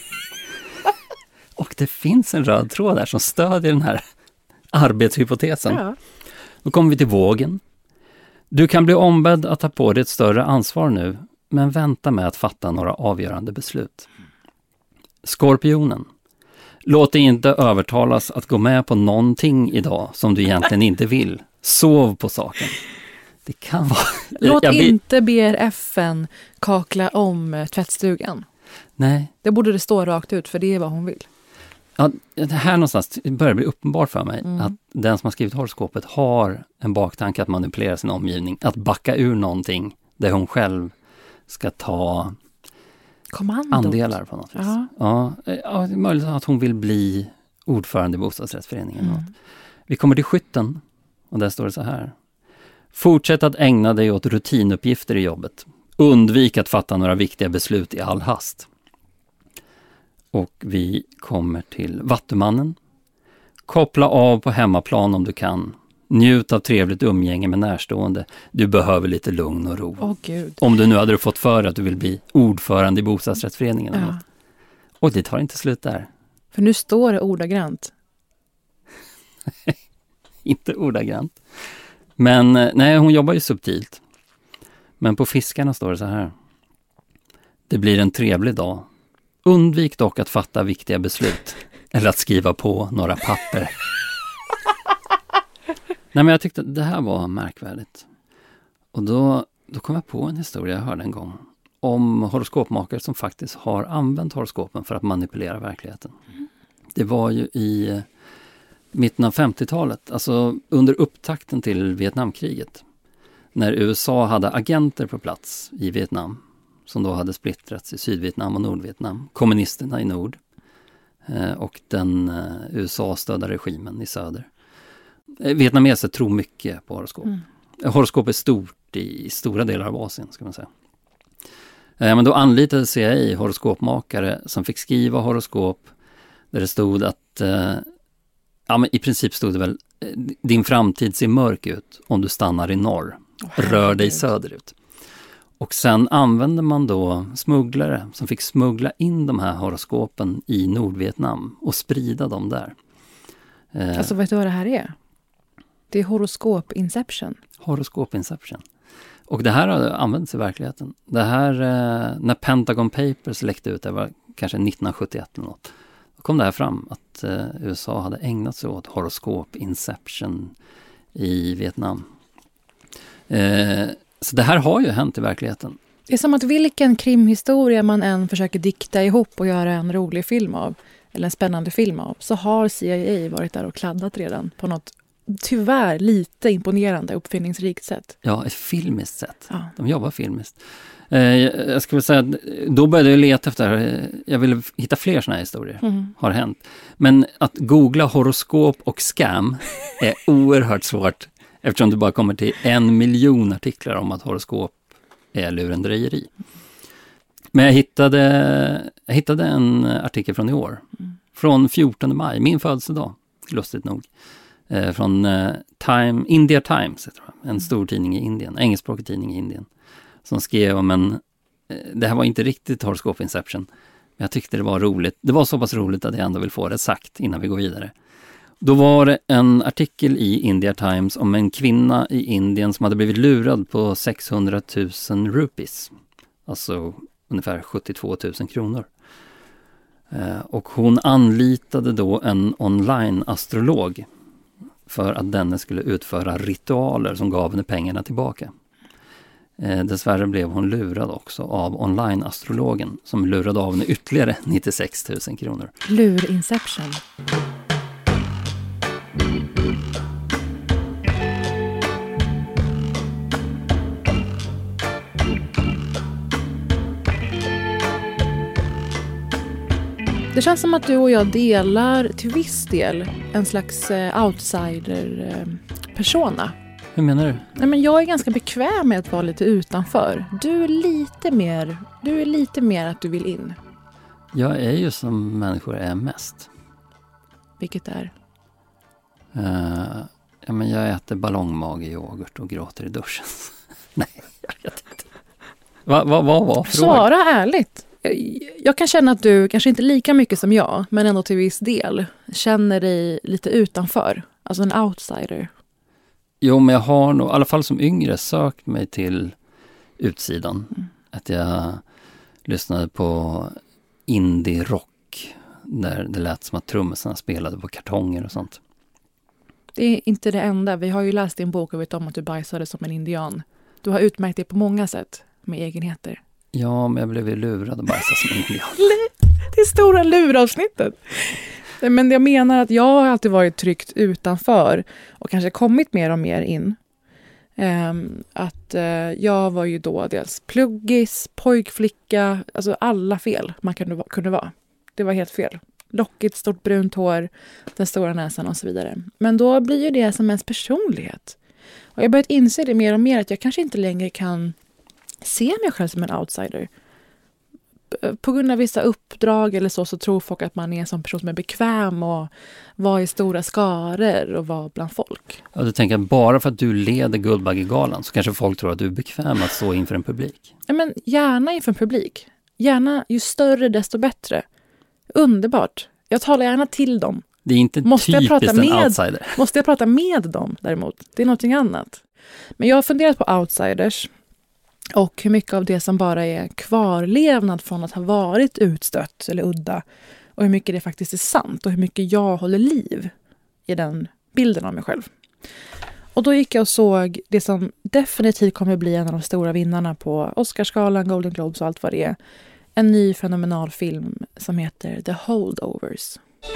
Och det finns en röd tråd där som stödjer den här arbetshypotesen. Ja. Då kommer vi till vågen. Du kan bli ombedd att ta på dig ett större ansvar nu, men vänta med att fatta några avgörande beslut. Skorpionen. Låt dig inte övertalas att gå med på någonting idag som du egentligen inte vill. Sov på saken. Det kan vara... Låt inte BRF:en kakla om tvättstugan. Nej. Det borde det stå rakt ut, för det är vad hon vill. Ja, det här någonstans börjar bli uppenbart för mig att den som har skrivit horoskopet har en baktanke att manipulera sin omgivning, att backa ur någonting där hon själv ska ta andelar på något vis. Ja, det är möjligt att hon vill bli ordförande i bostadsrättsföreningen. Vi kommer till skytten och där står det så här. Fortsätt att ägna dig åt rutinuppgifter i jobbet. Undvik att fatta några viktiga beslut i all hast. Och vi kommer till Vattumannen. Koppla av på hemmaplan om du kan. Njut av trevligt umgänge med närstående. Du behöver lite lugn och ro. Gud. Om du nu hade fått för att du vill bli ordförande i bostadsrättsföreningen. Eller något. Och det tar inte slut där. För nu står det ordagrant. Inte ordagrant. Men nej, hon jobbar ju subtilt. Men på fiskarna står det så här. Det blir en trevlig dag. Undvik dock att fatta viktiga beslut. Eller att skriva på några papper. Nej, men jag tyckte det här var märkvärdigt. Och då kom jag på en historia jag hörde en gång. Om horoskopmakare som faktiskt har använt horoskopen för att manipulera verkligheten. Det var ju i mitten av 50-talet. Alltså under upptakten till Vietnamkriget. När USA hade agenter på plats i Vietnam. Som då hade splittrats i Sydvietnam och Nordvietnam. Kommunisterna i nord. Och den USA-stödda regimen i söder. Vietnameser tror mycket på horoskop. Horoskop är stort i stora delar av Asien, ska man säga. Men då anlitade CIA horoskopmakare som fick skriva horoskop där det stod att men i princip stod det väl din framtid ser mörk ut om du stannar i norr. Rör dig söderut. Och sen använde man då smugglare som fick smuggla in de här horoskopen i Nordvietnam och sprida dem där. Alltså vet du vad det här är? Det är horoskop-inception. Horoskop-inception. Och det här har använts i verkligheten. Det här, när Pentagon Papers läckte ut, det var kanske 1971 eller något. Då kom det här fram att USA hade ägnat sig åt horoskop-inception i Vietnam. Så det här har ju hänt i verkligheten. Det är som att vilken krimhistoria man än försöker dikta ihop och göra en rolig film av, eller en spännande film av, så har CIA varit där och kladdat redan på något tyvärr lite imponerande uppfinningsrikt sätt. Ja, ett filmiskt sätt. Ja. De jobbar filmiskt. Jag skulle säga att då började jag leta efter, jag ville hitta fler såna här historier. Har hänt. Men att googla horoskop och scam är oerhört svårt eftersom du bara kommer till 1 miljon artiklar om att horoskop är lurendrejeri. Men jag hittade en artikel från i år. Från 14 maj, min födelsedag, lustigt nog. Från India Times, en stor tidning i Indien, engelskspråkig tidning i Indien. Som skrev om det här var inte riktigt horoskop Inception, men jag tyckte det var roligt. Det var så pass roligt att jag ändå vill få det sagt innan vi går vidare. Då var det en artikel i India Times om en kvinna i Indien som hade blivit lurad på 600 000 rupees. Alltså ungefär 72 000 kronor. Och hon anlitade då en online-astrolog för att denne skulle utföra ritualer som gav henne pengarna tillbaka. Dessvärre blev hon lurad också av online-astrologen som lurade av henne ytterligare 96 000 kronor. Lurinception. Det känns som att du och jag delar till viss del en slags outsider-persona. Hur menar du? Nej, men jag är ganska bekväm med att vara lite utanför. Du är lite mer att du vill in. Jag är ju som människor är mest. Vilket är? Men jag äter ballongmage-yoghurt och gråter i duschen. Nej, jag vet inte. Vad var frågan? Svara ärligt. Jag kan känna att du, kanske inte lika mycket som jag, men ändå till viss del, känner dig lite utanför. Alltså en outsider. Jo, men jag har nog, i alla fall som yngre, sökt mig till utsidan. Att jag lyssnade på indie-rock där det lät som att trummisarna spelade på kartonger och sånt. Det är inte det enda. Vi har ju läst din bok och vet om att du bajsade som en indian. Du har utmärkt det på många sätt med egenheter. Ja, men jag blev ju lurad och bajsade som en indian. Det är stora luravsnittet. Men jag menar att jag har alltid varit tryggt utanför och kanske kommit mer och mer in. Jag var ju då dels pluggis, pojkflicka, alltså alla fel man kunde vara. Det var helt fel. Lockigt, stort brunt hår, den stora näsan och så vidare. Men då blir ju det som ens personlighet. Och jag har börjat inse det mer och mer att jag kanske inte längre kan se mig själv som en outsider. På grund av vissa uppdrag eller så tror folk att man är en sån person som är bekväm och var i stora skaror och var bland folk. Ja, du tänker att bara för att du leder Guldbaggegalan så kanske folk tror att du är bekväm att stå inför en publik. Ja, men gärna inför en publik. Gärna, ju större desto bättre. Underbart. Jag talar gärna till dem. Det är inte typiskt en outsider. Måste jag prata med dem däremot? Det är någonting annat. Men jag har funderat på outsiders. Och hur mycket av det som bara är kvarlevnad från att ha varit utstött eller udda. Och hur mycket det faktiskt är sant. Och hur mycket jag håller liv i den bilden av mig själv. Och då gick jag och såg det som definitivt kommer bli en av de stora vinnarna på Oscarsgalan, Golden Globes och allt vad det är. En ny fenomenal film som heter The Holdovers.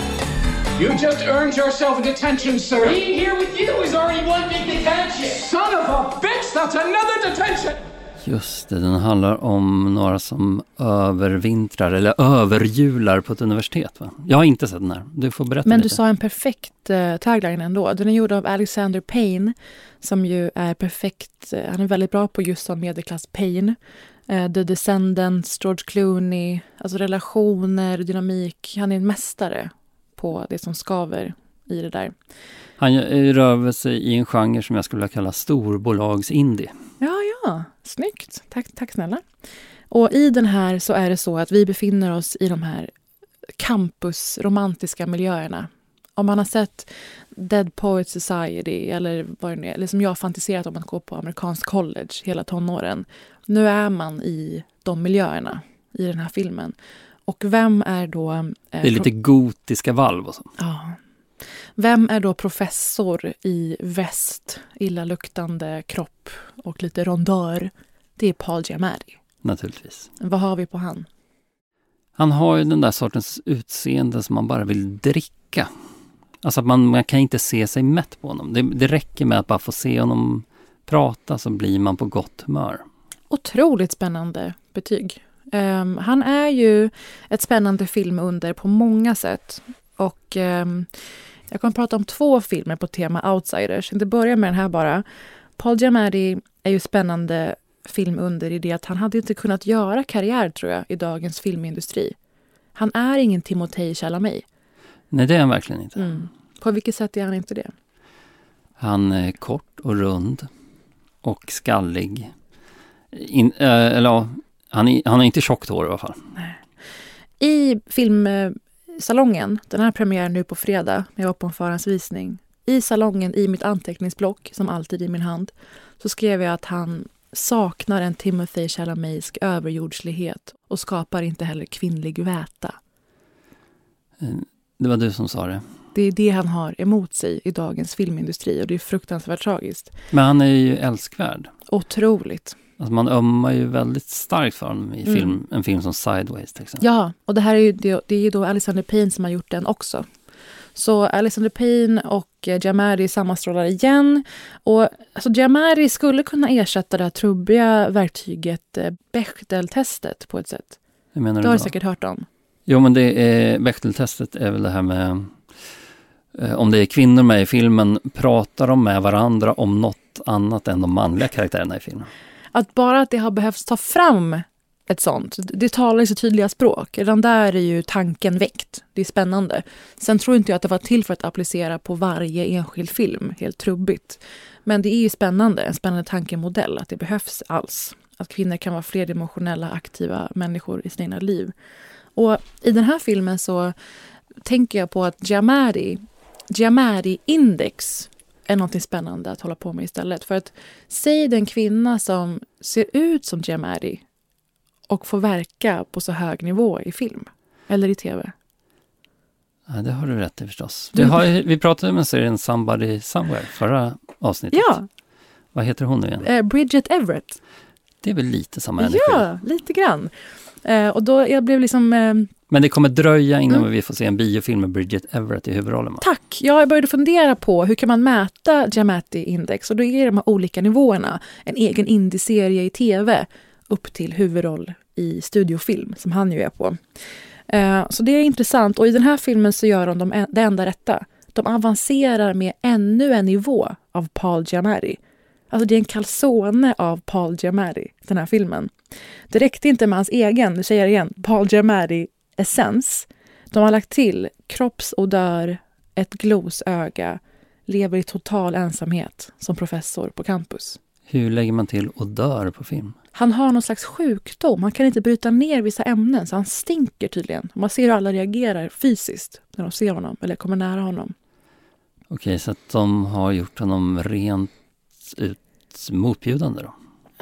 You just earned yourself a detention, sir. Being here with you is already one big detention. Son of a bitch, that's another detention. Just det, den handlar om några som övervintrar eller överjular på ett universitet, va? Jag har inte sett den här, du får berätta Men lite. Du sa en perfekt tagline ändå. Den är gjord av Alexander Payne som ju är perfekt, han är väldigt bra på just som medelklass Payne. The Descendants, George Clooney, alltså relationer, dynamik. Han är en mästare på det som skaver i det där. Han rör sig i en genre som jag skulle vilja kalla storbolags-indie. Ja, snyggt. Tack snälla. Och i den här så är det så att vi befinner oss i de här campusromantiska miljöerna. Om man har sett Dead Poets Society eller vad det är, eller som jag har fantiserat om att gå på amerikansk college hela tonåren. Nu är man i de miljöerna i den här filmen. Och vem är då... det är lite gotiska valv och så. Ja. Vem är då professor i väst, illaluktande kropp och lite rondör? Det är Paul Giamatti. Naturligtvis. Vad har vi på han? Han har ju den där sortens utseende som man bara vill dricka. Alltså att man kan inte se sig mätt på honom. Det räcker med att bara få se honom prata så blir man på gott humör. Otroligt spännande betyg. Han är ju ett spännande filmunder på många sätt. Och jag kommer att prata om 2 filmer på tema Outsiders. Jag börjar med den här bara. Paul Giamatti är ju spännande filmunder i det att han hade inte kunnat göra karriär, tror jag, i dagens filmindustri. Han är ingen Timothée Chalamet. Nej, det är han verkligen inte. På vilket sätt är han inte det? Han är kort och rund och skallig. Han har inte tjockt hår i alla fall. Nej. I filmsalongen, den här premiär nu på fredag, när jag var på en förhandsvisning. I salongen, i mitt anteckningsblock, som alltid i min hand, så skrev jag att han saknar en Timothée Chalametsk överjordslighet och skapar inte heller kvinnlig väta. Det var du som sa det. Det är det han har emot sig i dagens filmindustri och det är fruktansvärt tragiskt. Men han är ju älskvärd. Otroligt. Alltså man ömmar ju väldigt starkt för honom i en film som Sideways till exempel. Ja, och det här är ju det är ju då Alexander Payne som har gjort den också. Så Alexander Payne och Giamatti sammanstrålar igen. Och alltså Giamatti skulle kunna ersätta det här trubbiga verktyget Bechdel-testet på ett sätt. Hur menar det har du du säkert hört om. Jo, men Bechdel-testet är väl det här med om det är kvinnor med i filmen, pratar de med varandra om något annat än de manliga karaktärerna i filmen? Att det har behövts ta fram ett sånt, det talar i så tydliga språk. Redan där är ju tanken väckt. Det är spännande. Sen tror inte jag att det var till för att applicera på varje enskild film, helt trubbigt. Men det är ju spännande, en spännande tankemodell att det behövs alls. Att kvinnor kan vara flerdimensionella, aktiva människor i sina egna liv. Och i den här filmen så tänker jag på att Giamatti-index är något spännande att hålla på med istället. För att säg den kvinna som ser ut som Giamatti och får verka på så hög nivå i film eller i tv. Ja, det har du rätt i förstås. Vi pratade om serien Somebody Somewhere förra avsnittet. Ja. Vad heter hon nu igen? Bridget Everett. Det är väl lite samma energi. Ja, lite grann. Och då jag blev liksom... Men det kommer dröja innan vi får se en biofilm med Bridget Everett i huvudrollen. Tack! Jag började fundera på hur kan man mäta Giamatti-index. Och då är de här olika nivåerna. En egen indie-serie i tv upp till huvudroll i studiofilm som han ju är på. Så det är intressant. Och i den här filmen så gör de det enda rätta. De avancerar med ännu en nivå av Paul Giamatti. Alltså det är en calzone av Paul Giamatti, den här filmen. Det räckte inte med hans egen, nu säger jag igen, Paul Giamatti-essens. De har lagt till kroppsodör, ett glosöga, lever i total ensamhet som professor på campus. Hur lägger man till odör på film? Han har någon slags sjukdom. Han kan inte bryta ner vissa ämnen så han stinker tydligen. Man ser hur alla reagerar fysiskt när de ser honom eller kommer nära honom. Okej, så att de har gjort honom rent ut motbjudande då?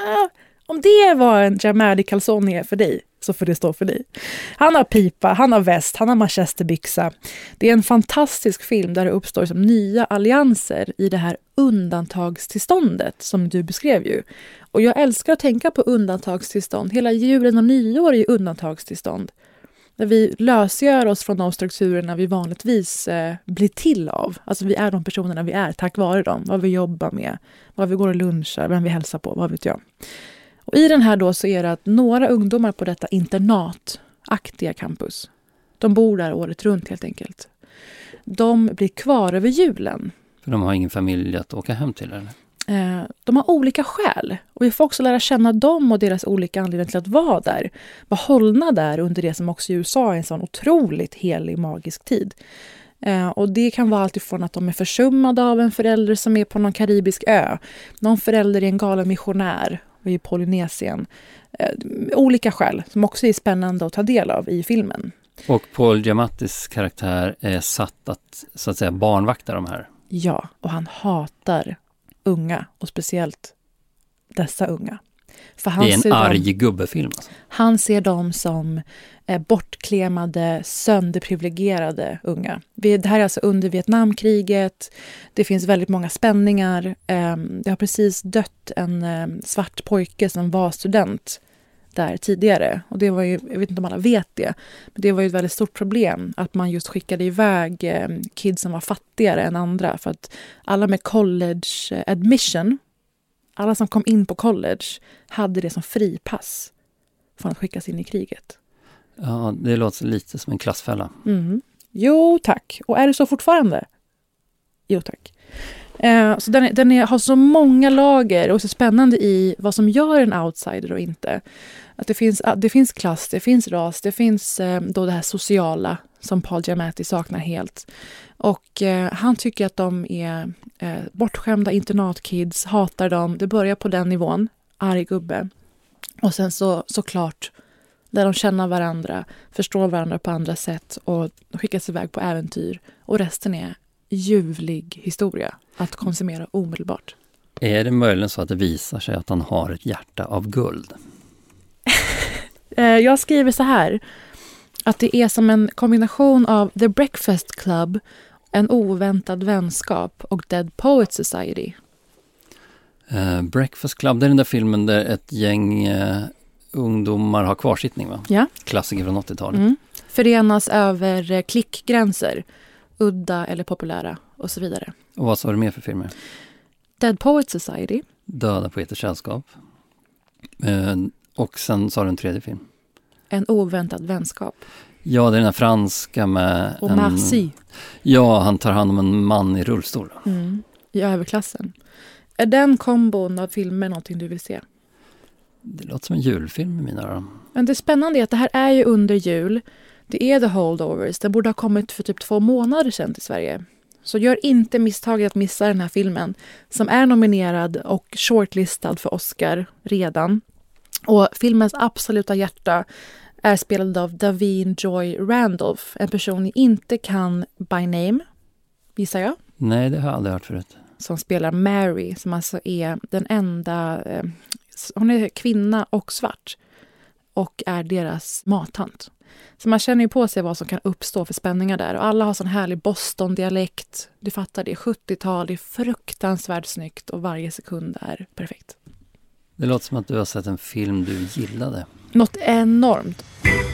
Om det var en Giamatti calzone för dig så får det stå för dig. Han har pipa, han har väst, han har manchesterbyxa. Det är en fantastisk film där det uppstår som nya allianser i det här undantagstillståndet som du beskrev ju. Och jag älskar att tänka på undantagstillstånd. Hela julen och nyår är ju undantagstillstånd. Där vi lösgör oss från de strukturerna vi vanligtvis blir till av. Alltså vi är de personerna vi är tack vare dem. Vad vi jobbar med, vad vi går och lunchar, vem vi hälsar på, vad vet jag. Och i den här då så är det att några ungdomar på detta internataktiga campus, de bor där året runt helt enkelt. De blir kvar över julen. För de har ingen familj att åka hem till eller? De har olika skäl. Och vi får också lära känna dem och deras olika anledningar till att vara där. Vara hållna där under det som också i USA är en sån otroligt helig, magisk tid. Och det kan vara allt ifrån att de är försummade av en förälder som är på någon karibisk ö. Någon förälder är en galen missionär i Polynesien. Olika skäl som också är spännande att ta del av i filmen. Och Paul Giamattis karaktär är satt att så att säga barnvakta de här. Ja, och han hatar unga och speciellt dessa unga. För han det är en arg gubbefilm. Alltså. Han ser dem som bortklemade, sönderprivilegierade unga. Det här är alltså under Vietnamkriget. Det finns väldigt många spänningar. Det har precis dött en svart pojke som var student där tidigare. Och det var ju, jag vet inte om alla vet det, men det var ju ett väldigt stort problem att man just skickade iväg kids som var fattigare än andra. För att alla med college admission, alla som kom in på college, hade det som fripass för att skickas in i kriget. Ja, det låter lite som en klassfälla. Mm. Jo, tack. Och är det så fortfarande? Jo, tack. Så den har så många lager och så spännande i vad som gör en outsider och inte. Att det finns klass, det finns ras, det finns då det här sociala som Paul Giamatti saknar helt. Och han tycker att de är bortskämda internatkids, hatar dem. Det börjar på den nivån, arg gubbe. Och sen såklart där de känner varandra, förstår varandra på andra sätt och skickas iväg på äventyr. Och resten är ljuvlig historia att konsumera omedelbart. Är det möjligen så att det visar sig att han har ett hjärta av guld? Jag skriver så här, att det är som en kombination av The Breakfast Club, En oväntad vänskap och Dead Poets Society. Breakfast Club, det är den där filmen där ett gäng ungdomar har kvarsittning, va? Ja. Klassiker från 80-talet. Mm. Förenas över klickgränser, udda eller populära och så vidare. Och vad sa du mer för filmer? Dead Poets Society. Döda poeters sällskap. Och sen sa du en tredje film. En oväntad vänskap. Ja, det är den här franska med... Och Marcy. Ja, han tar hand om en man i rullstol. I överklassen. Är den kombon av filmer någonting du vill se? Det låter som en julfilm i mina öron. Men det spännande är att det här är ju under jul. Det är The Holdovers. Den borde ha kommit för typ 2 månader sedan till Sverige. Så gör inte misstaget att missa den här filmen som är nominerad och shortlistad för Oscar redan. Och filmens absoluta hjärta är spelad av Davine Joy Randolph. En person ni inte kan by name, visar jag. Nej, det har jag aldrig hört förut. Som spelar Mary, som alltså är den enda... hon är kvinna och svart. Och är deras mathant. Så man känner ju på sig vad som kan uppstå för spänningar där. Och alla har sån härlig Boston-dialekt. Du fattar, det är 70-tal, det är fruktansvärt snyggt. Och varje sekund är perfekt. Det låter som att du har sett en film du gillade. Något enormt.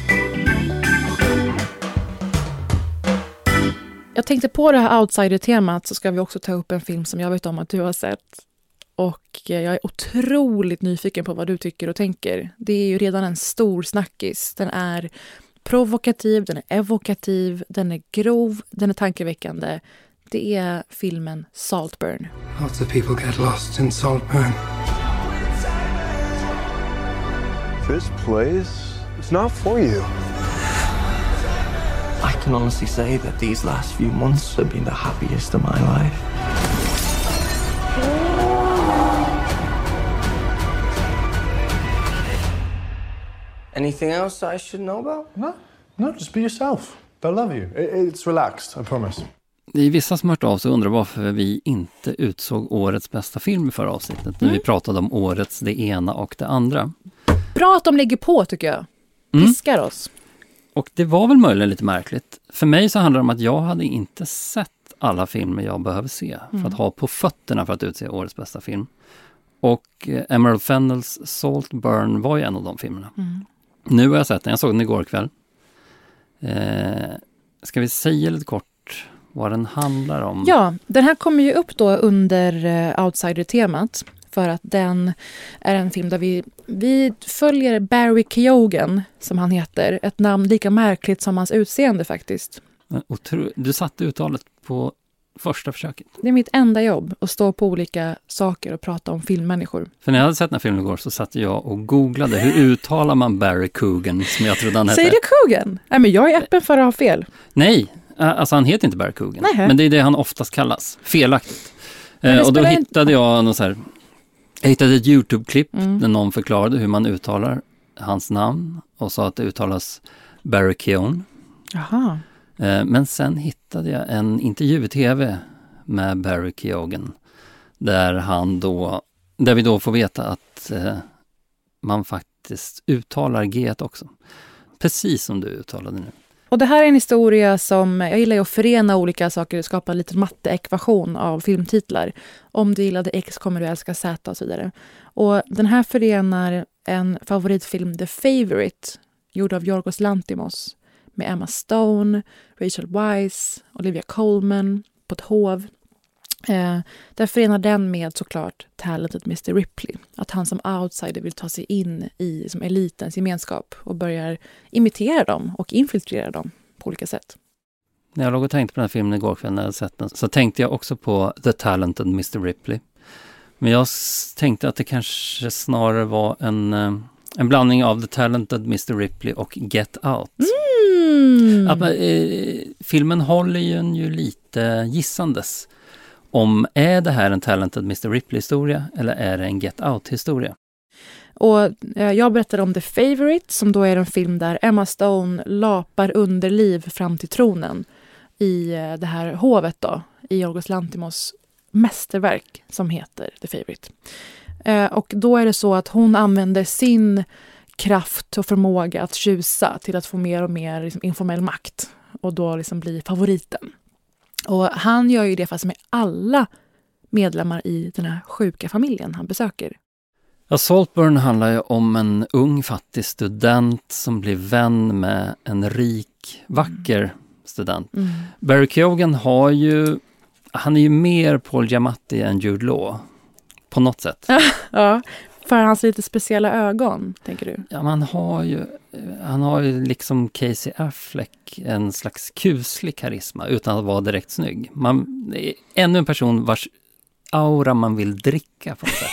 Jag tänkte på det här outsider-temat så ska vi också ta upp en film som jag vet om att du har sett. Och jag är otroligt nyfiken på vad du tycker och tänker. Det är ju redan en stor snackis. Den är provokativ, den är evokativ, den är grov, den är tankeväckande. Det är filmen Saltburn. Lots of people get lost in Saltburn. This place is not for you. I can honestly say that these last few months have been the happiest of my life. Anything else I should know about? No, just be yourself. They'll love you. It's relaxed, I promise. Det är vissa som har hört av sig och undrar varför vi inte utsåg årets bästa film i förra avsnittet. När vi pratade om årets det ena och det andra. Bra att de ligger på, tycker jag. Piskar oss. Och det var väl möjligen lite märkligt. För mig så handlar det om att jag hade inte sett alla filmer jag behöver se för att ha på fötterna för att utse årets bästa film. Och Emerald Fennells Saltburn var ju en av de filmerna. Nu har jag sett den. Jag såg den igår kväll. Ska vi säga lite kort vad den handlar om? Ja, den här kommer ju upp då under outsider-temat. För att den är en film där vi följer Barry Keoghan, som han heter. Ett namn lika märkligt som hans utseende faktiskt. Du satte uttalet på första försöket. Det är mitt enda jobb, att stå på olika saker och prata om filmmänniskor. För när jag hade sett den här filmen igår så satt jag och googlade hur uttalar man Barry Keoghan, som jag trodde han hette. Säger du Keoghan? Nej, men jag är öppen för att ha fel. Nej, alltså han heter inte Barry Keoghan. Nähe. Men det är det han oftast kallas. Felaktigt. Och då hittade jag någon så här... Jag hittade ett YouTube-klipp där någon förklarade hur man uttalar hans namn och sa att det uttalas Barry Keoghan. Jaha. Men sen hittade jag en intervju i tv med Barry Keoghan där vi då får veta att man faktiskt uttalar G också. Precis som du uttalade nu. Och det här är en historia som, jag gillar ju att förena olika saker, skapa en liten matteekvation av filmtitlar. Om du gillade X kommer du älska Z och så vidare. Och den här förenar en favoritfilm, The Favourite, gjord av Yorgos Lanthimos, med Emma Stone, Rachel Weisz, Olivia Colman på ett hov. Där förenar den med såklart talentet Mr. Ripley. Att han som outsider vill ta sig in i som elitens gemenskap och börjar imitera dem och infiltrera dem på olika sätt. När jag låg och tänkte på den här filmen igår kväll när jag sett den, så tänkte jag också på The Talented Mr. Ripley. Men jag tänkte att det kanske snarare var en blandning av The Talented Mr. Ripley och Get Out. Filmen håller ju lite gissandes om är det här en Talented Mr. Ripley-historia eller är det en Get Out-historia. Och jag berättade om The Favourite, som då är en film där Emma Stone lapar underliv fram till tronen i det här hovet då, i Yorgos Lanthimos mästerverk som heter The Favourite. Och då är det så att hon använder sin kraft och förmåga att tjusa till att få mer och mer liksom informell makt och då liksom bli favoriten. Och han gör ju det fast med alla medlemmar i den här sjuka familjen han besöker. Ja, Saltburn handlar ju om en ung fattig student som blir vän med en rik, vacker student. Barry Keoghan han är ju mer Paul Giamatti än Jude Law på något sätt. Ja, för hans lite speciella ögon, tänker du? Ja, han har ju liksom Casey Affleck en slags kuslig karisma utan att vara direkt snygg. Ännu en person vars aura man vill dricka på något sätt.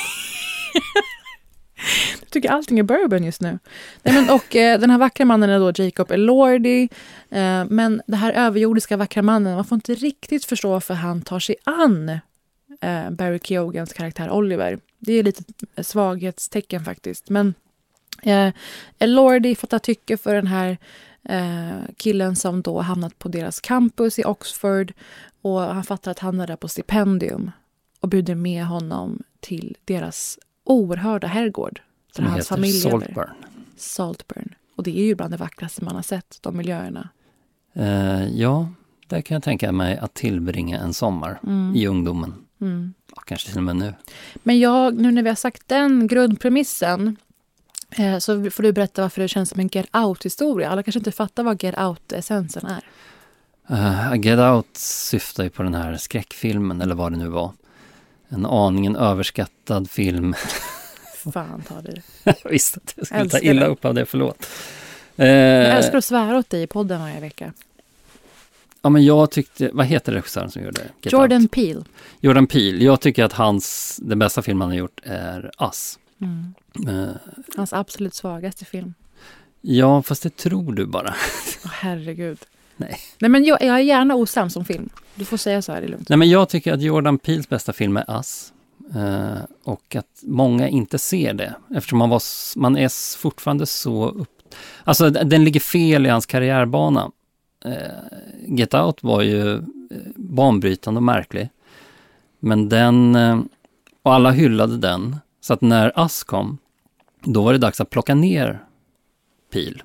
Jag tycker allting är bourbon just nu. Och den här vackra mannen är då Jacob Elordi. Men det här överjordiska vackra mannen, man får inte riktigt förstå för han tar sig an Barry Keoghans karaktär Oliver. Det är lite svaghetstecken faktiskt. Men Elordi fattar tycke för den här killen som då hamnat på deras campus i Oxford. Och han fattar att han är där på stipendium och bjuder med honom till deras oerhörda herrgård. Som heter Saltburn. Och det är ju bland det vackraste man har sett, de miljöerna. Ja, där kan jag tänka mig att tillbringa en sommar i ungdomen. Ja, kanske till och med nu. Men nu när vi har sagt den grundpremissen så får du berätta varför det känns som en Get Out-historia. Alla kanske inte fattar vad Get Out-essensen är. Get Out syftar ju på den här skräckfilmen eller vad det nu var. En aningen överskattad film. Fan tar det. Visst att jag skulle ta illa upp av det, förlåt. Jag älskar att svära åt dig i podden varje vecka. Ja, men jag tyckte, vad heter regissören som gjorde det? Jordan Peele. Jordan Peele. Jag tycker att den bästa film han har gjort är Us. Hans absolut svagaste film. Ja, fast det tror du bara. Herregud. Nej, men jag är gärna osam som film. Du får säga så här, det är lugnt. Nej, men jag tycker att Jordan Peels bästa film är Us. Och att många inte ser det. Eftersom man är fortfarande så Alltså, den ligger fel i hans karriärbana. Get Out var ju banbrytande och märklig. Men och alla hyllade den. Så att när Us kom, då var det dags att plocka ner Peele.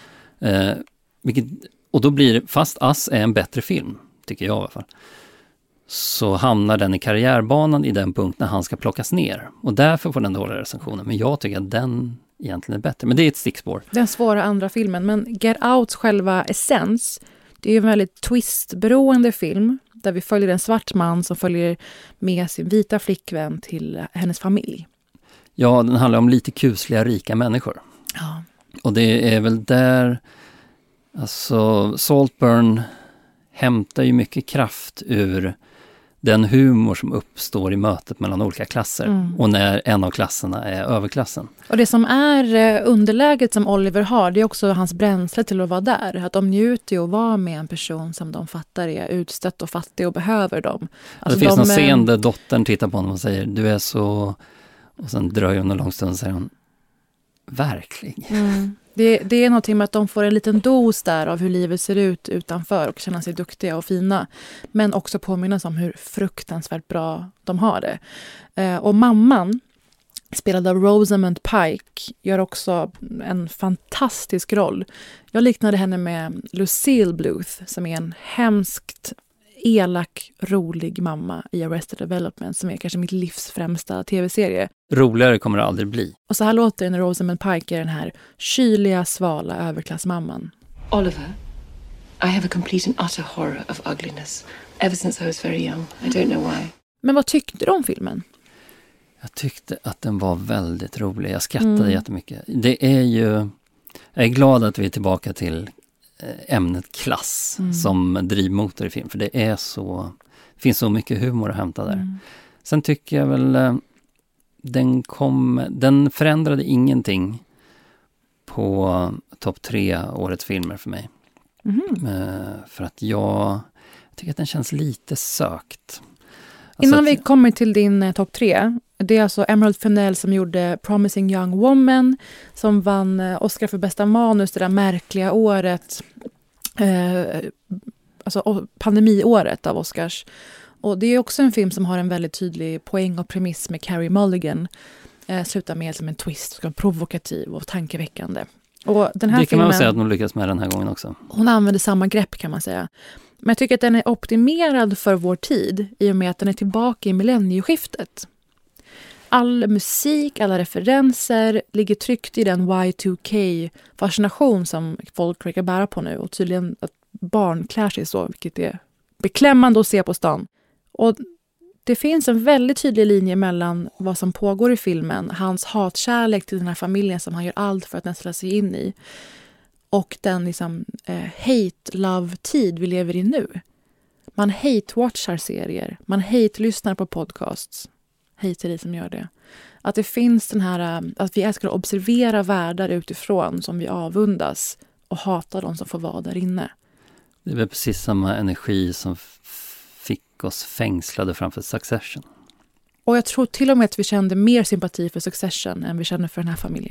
Och då blir det, fast Us är en bättre film, tycker jag i alla fall, så hamnar den i karriärbanan i den punkt när han ska plockas ner. Och därför får den dåliga recensionen. Men jag tycker att den egentligen är bättre. Men det är ett stickspår. Den svåra andra filmen. Men Get Outs själva essens, det är ju en väldigt twistberoende film. Där vi följer en svart man som följer med sin vita flickvän till hennes familj. Ja, den handlar om lite kusliga, rika människor. Ja. Och det är väl där, alltså Saltburn hämtar ju mycket kraft ur den humor som uppstår i mötet mellan olika klasser. Och när en av klasserna är överklassen. Och det som är underläget som Oliver har, det är också hans bränsle till att vara där. Att de njuter att vara med en person som de fattar är utstött och fattig och behöver dem. Alltså det finns någon scen där dottern tittar på honom och säger, du är så... Och sen dröjer hon en lång stund och säger hon, verklig. Det är någonting med att de får en liten dos där av hur livet ser ut utanför och känna sig duktiga och fina. Men också påminnas om hur fruktansvärt bra de har det. Och mamman, spelad av Rosamund Pike, gör också en fantastisk roll. Jag liknade henne med Lucille Bluth, som är en hemskt elak, rolig mamma i Arrested Development som är kanske mitt livs främsta tv-serie. Roligare kommer det aldrig bli. Och så här låter det när Rosamund Pike är den här kyliga, svala överklassmamman. Oliver, I have a complete and utter horror of ugliness. Ever since I was very young. I don't know why. Men vad tyckte du om filmen? Jag tyckte att den var väldigt rolig. Jag skrattade jättemycket. Det är ju... Jag är glad att vi är tillbaka till ämnet klass som drivmotor i film. För det är så... Det finns så mycket humor att hämta där. Sen tycker jag väl... Den förändrade ingenting på topp 3 årets filmer för mig. För att jag tycker att den känns lite sökt. Alltså innan vi kommer till din topp 3, det är alltså Emerald Fennell som gjorde Promising Young Woman, som vann Oscar för bästa manus det där märkliga året, alltså pandemiåret av Oscars. Och det är också en film som har en väldigt tydlig poäng och premiss med Carey Mulligan. Slutar med som en twist, som är provokativ och tankeväckande. Och den här det kan filmen, man säga att hon lyckas med den här gången också. Hon använder samma grepp kan man säga. Men jag tycker att den är optimerad för vår tid i och med att den är tillbaka i millennieskiftet. All musik, alla referenser ligger tryckt i den Y2K-fascination som folk försöker bära på nu. Och tydligen att barn klär sig så, vilket är beklämmande att se på stan. Och det finns en väldigt tydlig linje mellan vad som pågår i filmen, hans hatkärlek till den här familjen som han gör allt för att nästla sig in i, och den liksom, hate-love-tid vi lever i nu. Man hate-watchar serier, man hate-lyssnar på podcasts. Hej till dig som gör det. Att det finns den här, att vi ska observera världar utifrån som vi avundas och hatar de som får vara där inne. Det är väl precis samma energi som fick oss fängslade framför Succession. Och jag tror till och med att vi kände mer sympati för Succession än vi kände för den här familjen.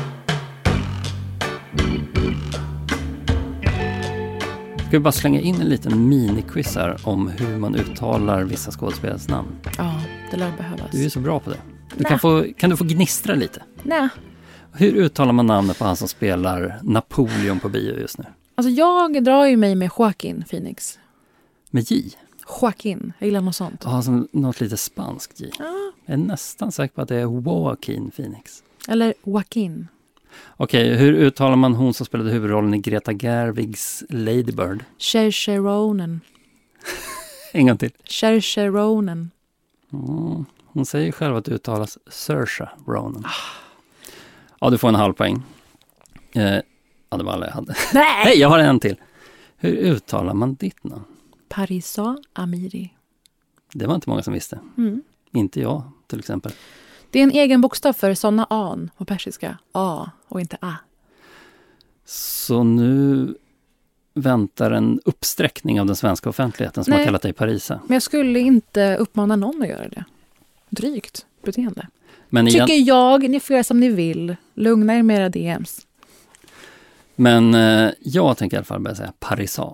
Ska vi bara slänga in en liten miniquiz här om hur man uttalar vissa skådespelares namn? Ja, det lär behövas. Du är så bra på det. Kan du få gnistra lite? Nej. Hur uttalar man namnet på han som spelar Napoleon på bio just nu? Alltså jag drar ju mig med Joaquin Phoenix. Med J? Joaquin, jag gillar något sånt. Ja, som något lite spanskt J. Ja. Jag är nästan säker på att det är Joaquin Phoenix. Eller Joaquin. Okej, hur uttalar man hon som spelade huvudrollen i Greta Gerwigs Lady Bird? Saoirse Ronan. En gång till. Saoirse Ronan. Hon säger själv att det uttalas Saoirse Ronan. Ja, du får en halv poäng. Ja, det var alla jag hade. Nej! Hej, jag har en till. Hur uttalar man ditt namn? Parisa Amiri. Det var inte många som visste. Inte jag, till exempel. Det är en egen bokstav för sådana an på persiska. A och inte A. Så nu väntar en uppsträckning av den svenska offentligheten som har kallat dig Parisa. Men jag skulle inte uppmana någon att göra det. Drygt beteende. Men tycker jag, ni får göra som ni vill. Lugna er med era DMs. Men jag tänker i alla fall börja säga Parisa.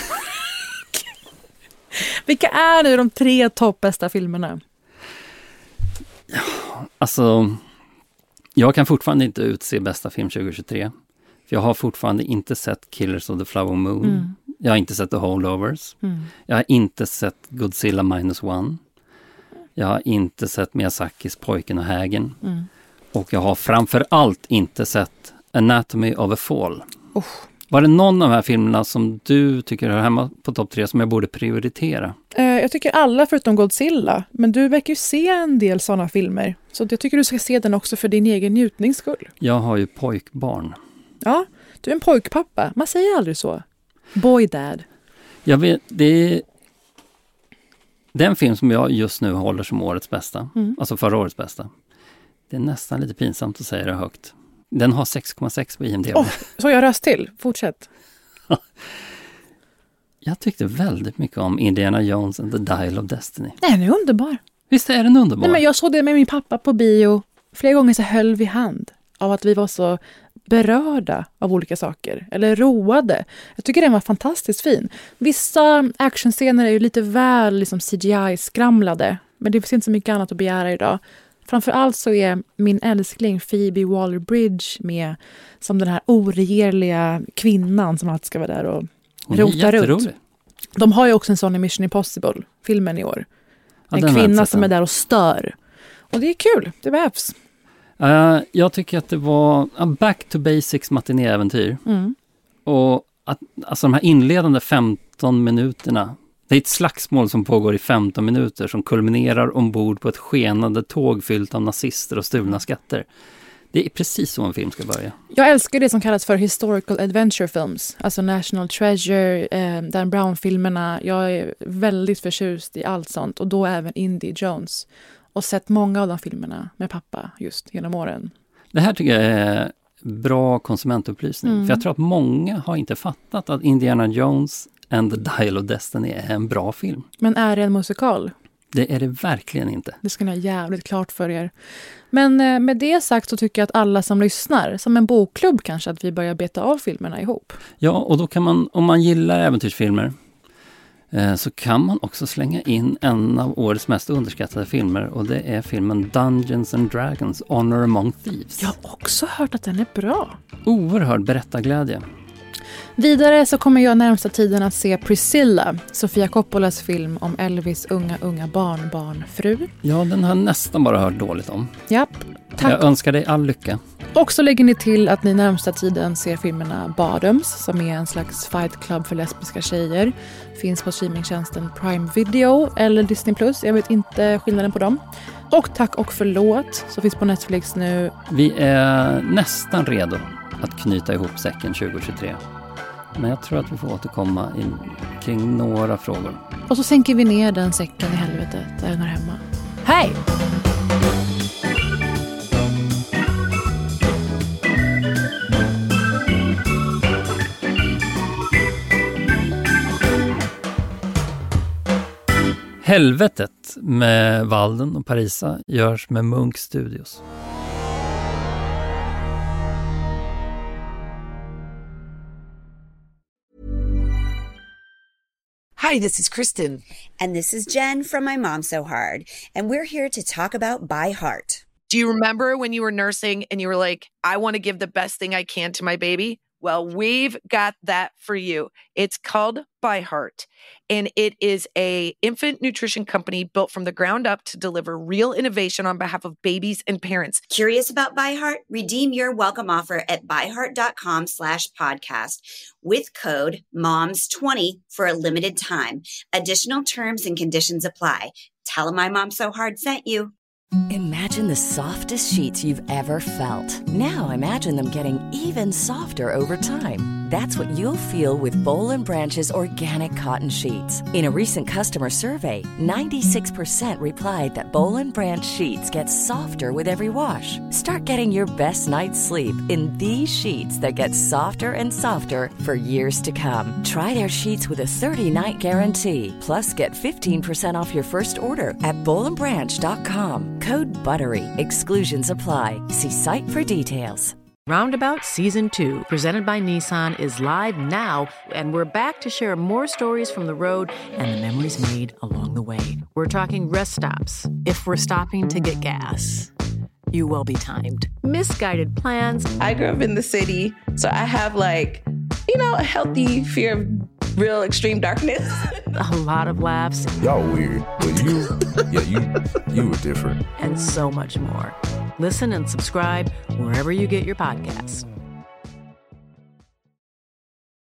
Vilka är nu de 3 toppbästa filmerna? Ja, alltså, jag kan fortfarande inte utse bästa film 2023. För jag har fortfarande inte sett Killers of the Flower Moon. Jag har inte sett The Holdovers. Jag har inte sett Godzilla -1. Jag har inte sett Miyazakis Pojken och hägen. Och jag har framför allt inte sett Anatomy of a Fall. Var det någon av de här filmerna som du tycker hör hemma på topp 3 som jag borde prioritera? Jag tycker alla förutom Godzilla. Men du verkar ju se en del sådana filmer. Så jag tycker du ska se den också för din egen njutnings skull. Jag har ju pojkbarn. Ja, du är en pojkpappa. Man säger aldrig så. Boy dad. Jag vet, det är den film som jag just nu håller som årets bästa. Alltså förra årets bästa. Det är nästan lite pinsamt att säga det högt. Den har 6,6 på IMDb. Så jag röst till. Fortsätt. Jag tyckte väldigt mycket om Indiana Jones and the Dial of Destiny. Nej, den är underbar. Visst är den underbar? Nej, men jag såg det med min pappa på bio. Flera gånger så höll vi hand. Av att vi var så berörda av olika saker. Eller roade. Jag tycker den var fantastiskt fin. Vissa actionscener är ju lite väl liksom CGI-skramlade. Men det finns inte så mycket annat att begära idag. Framförallt så är min älskling Phoebe Waller-Bridge med som den här oregerliga kvinnan som alltid ska vara där och rota runt. De har ju också en sån i Mission Impossible-filmen i år. En kvinna som är där och stör. Och det är kul, det behövs. Jag tycker att det var back to basics matinéäventyr. Och alltså de här inledande 15 minuterna, det är ett slagsmål som pågår i 15 minuter som kulminerar ombord på ett skenande tåg fyllt av nazister och stulna skatter. Det är precis så en film ska börja. Jag älskar det som kallas för historical adventure films. Alltså National Treasure, Dan Brown-filmerna. Jag är väldigt förtjust i allt sånt. Och då även Indie Jones. Och sett många av de filmerna med pappa just genom åren. Det här tycker jag är bra konsumentupplysning. För jag tror att många har inte fattat att Indiana Jones and the Dial of Destiny är en bra film. Men är det en musikal? Det är det verkligen inte. Det ska ni ha jävligt klart för er. Men med det sagt så tycker jag att alla som lyssnar, som en bokklubb kanske, att vi börjar beta av filmerna ihop. Ja, och då kan man, om man gillar äventyrsfilmer, så kan man också slänga in en av årets mest underskattade filmer, och det är filmen Dungeons and Dragons, Honor Among Thieves. Jag har också hört att den är bra. Oerhörd berättarglädje. Vidare så kommer jag närmsta tiden att se Priscilla, Sofia Coppolas film om Elvis unga barnfru. Ja, den har nästan bara hört dåligt om. Japp, tack. Jag önskar dig all lycka. Och så lägger ni till att ni närmsta tiden ser filmerna Bottoms, som är en slags fight club för lesbiska tjejer. Finns på streamingtjänsten Prime Video eller Disney+. Jag vet inte skillnaden på dem. Och Tack och förlåt, så finns på Netflix nu. Vi är nästan redo att knyta ihop säcken 2023. Men jag tror att vi får återkomma kring några frågor. Och så sänker vi ner den säcken i helvetet där den är hemma. Hej! Helvetet med Walden och Parisa görs med Munk Studios. Hi, this is Kristen. And this is Jen from My Mom So Hard. And we're here to talk about By Heart. Do you remember when you were nursing and you were like, I want to give the best thing I can to my baby? Well, we've got that for you. It's called By Heart, and it is a infant nutrition company built from the ground up to deliver real innovation on behalf of babies and parents. Curious about By Heart? Redeem your welcome offer at byheart.com/podcast with code MOMS20 for a limited time. Additional terms and conditions apply. Tell them My Mom So Hard sent you. Imagine the softest sheets you've ever felt. Now imagine them getting even softer over time. That's what you'll feel with Boll & Branch's organic cotton sheets. In a recent customer survey, 96% replied that Boll & Branch sheets get softer with every wash. Start getting your best night's sleep in these sheets that get softer and softer for years to come. Try their sheets with a 30-night guarantee. Plus, get 15% off your first order at bollandbranch.com. Code BUTTERY. Exclusions apply. See site for details. Roundabout Season 2, presented by Nissan, is live now, and we're back to share more stories from the road and the memories made along the way. We're talking rest stops, if we're stopping to get gas. You will be timed. Misguided plans. I grew up in the city, so I have a healthy fear of real extreme darkness. A lot of laughs. Y'all weird, but you were different. And so much more. Listen and subscribe wherever you get your podcasts.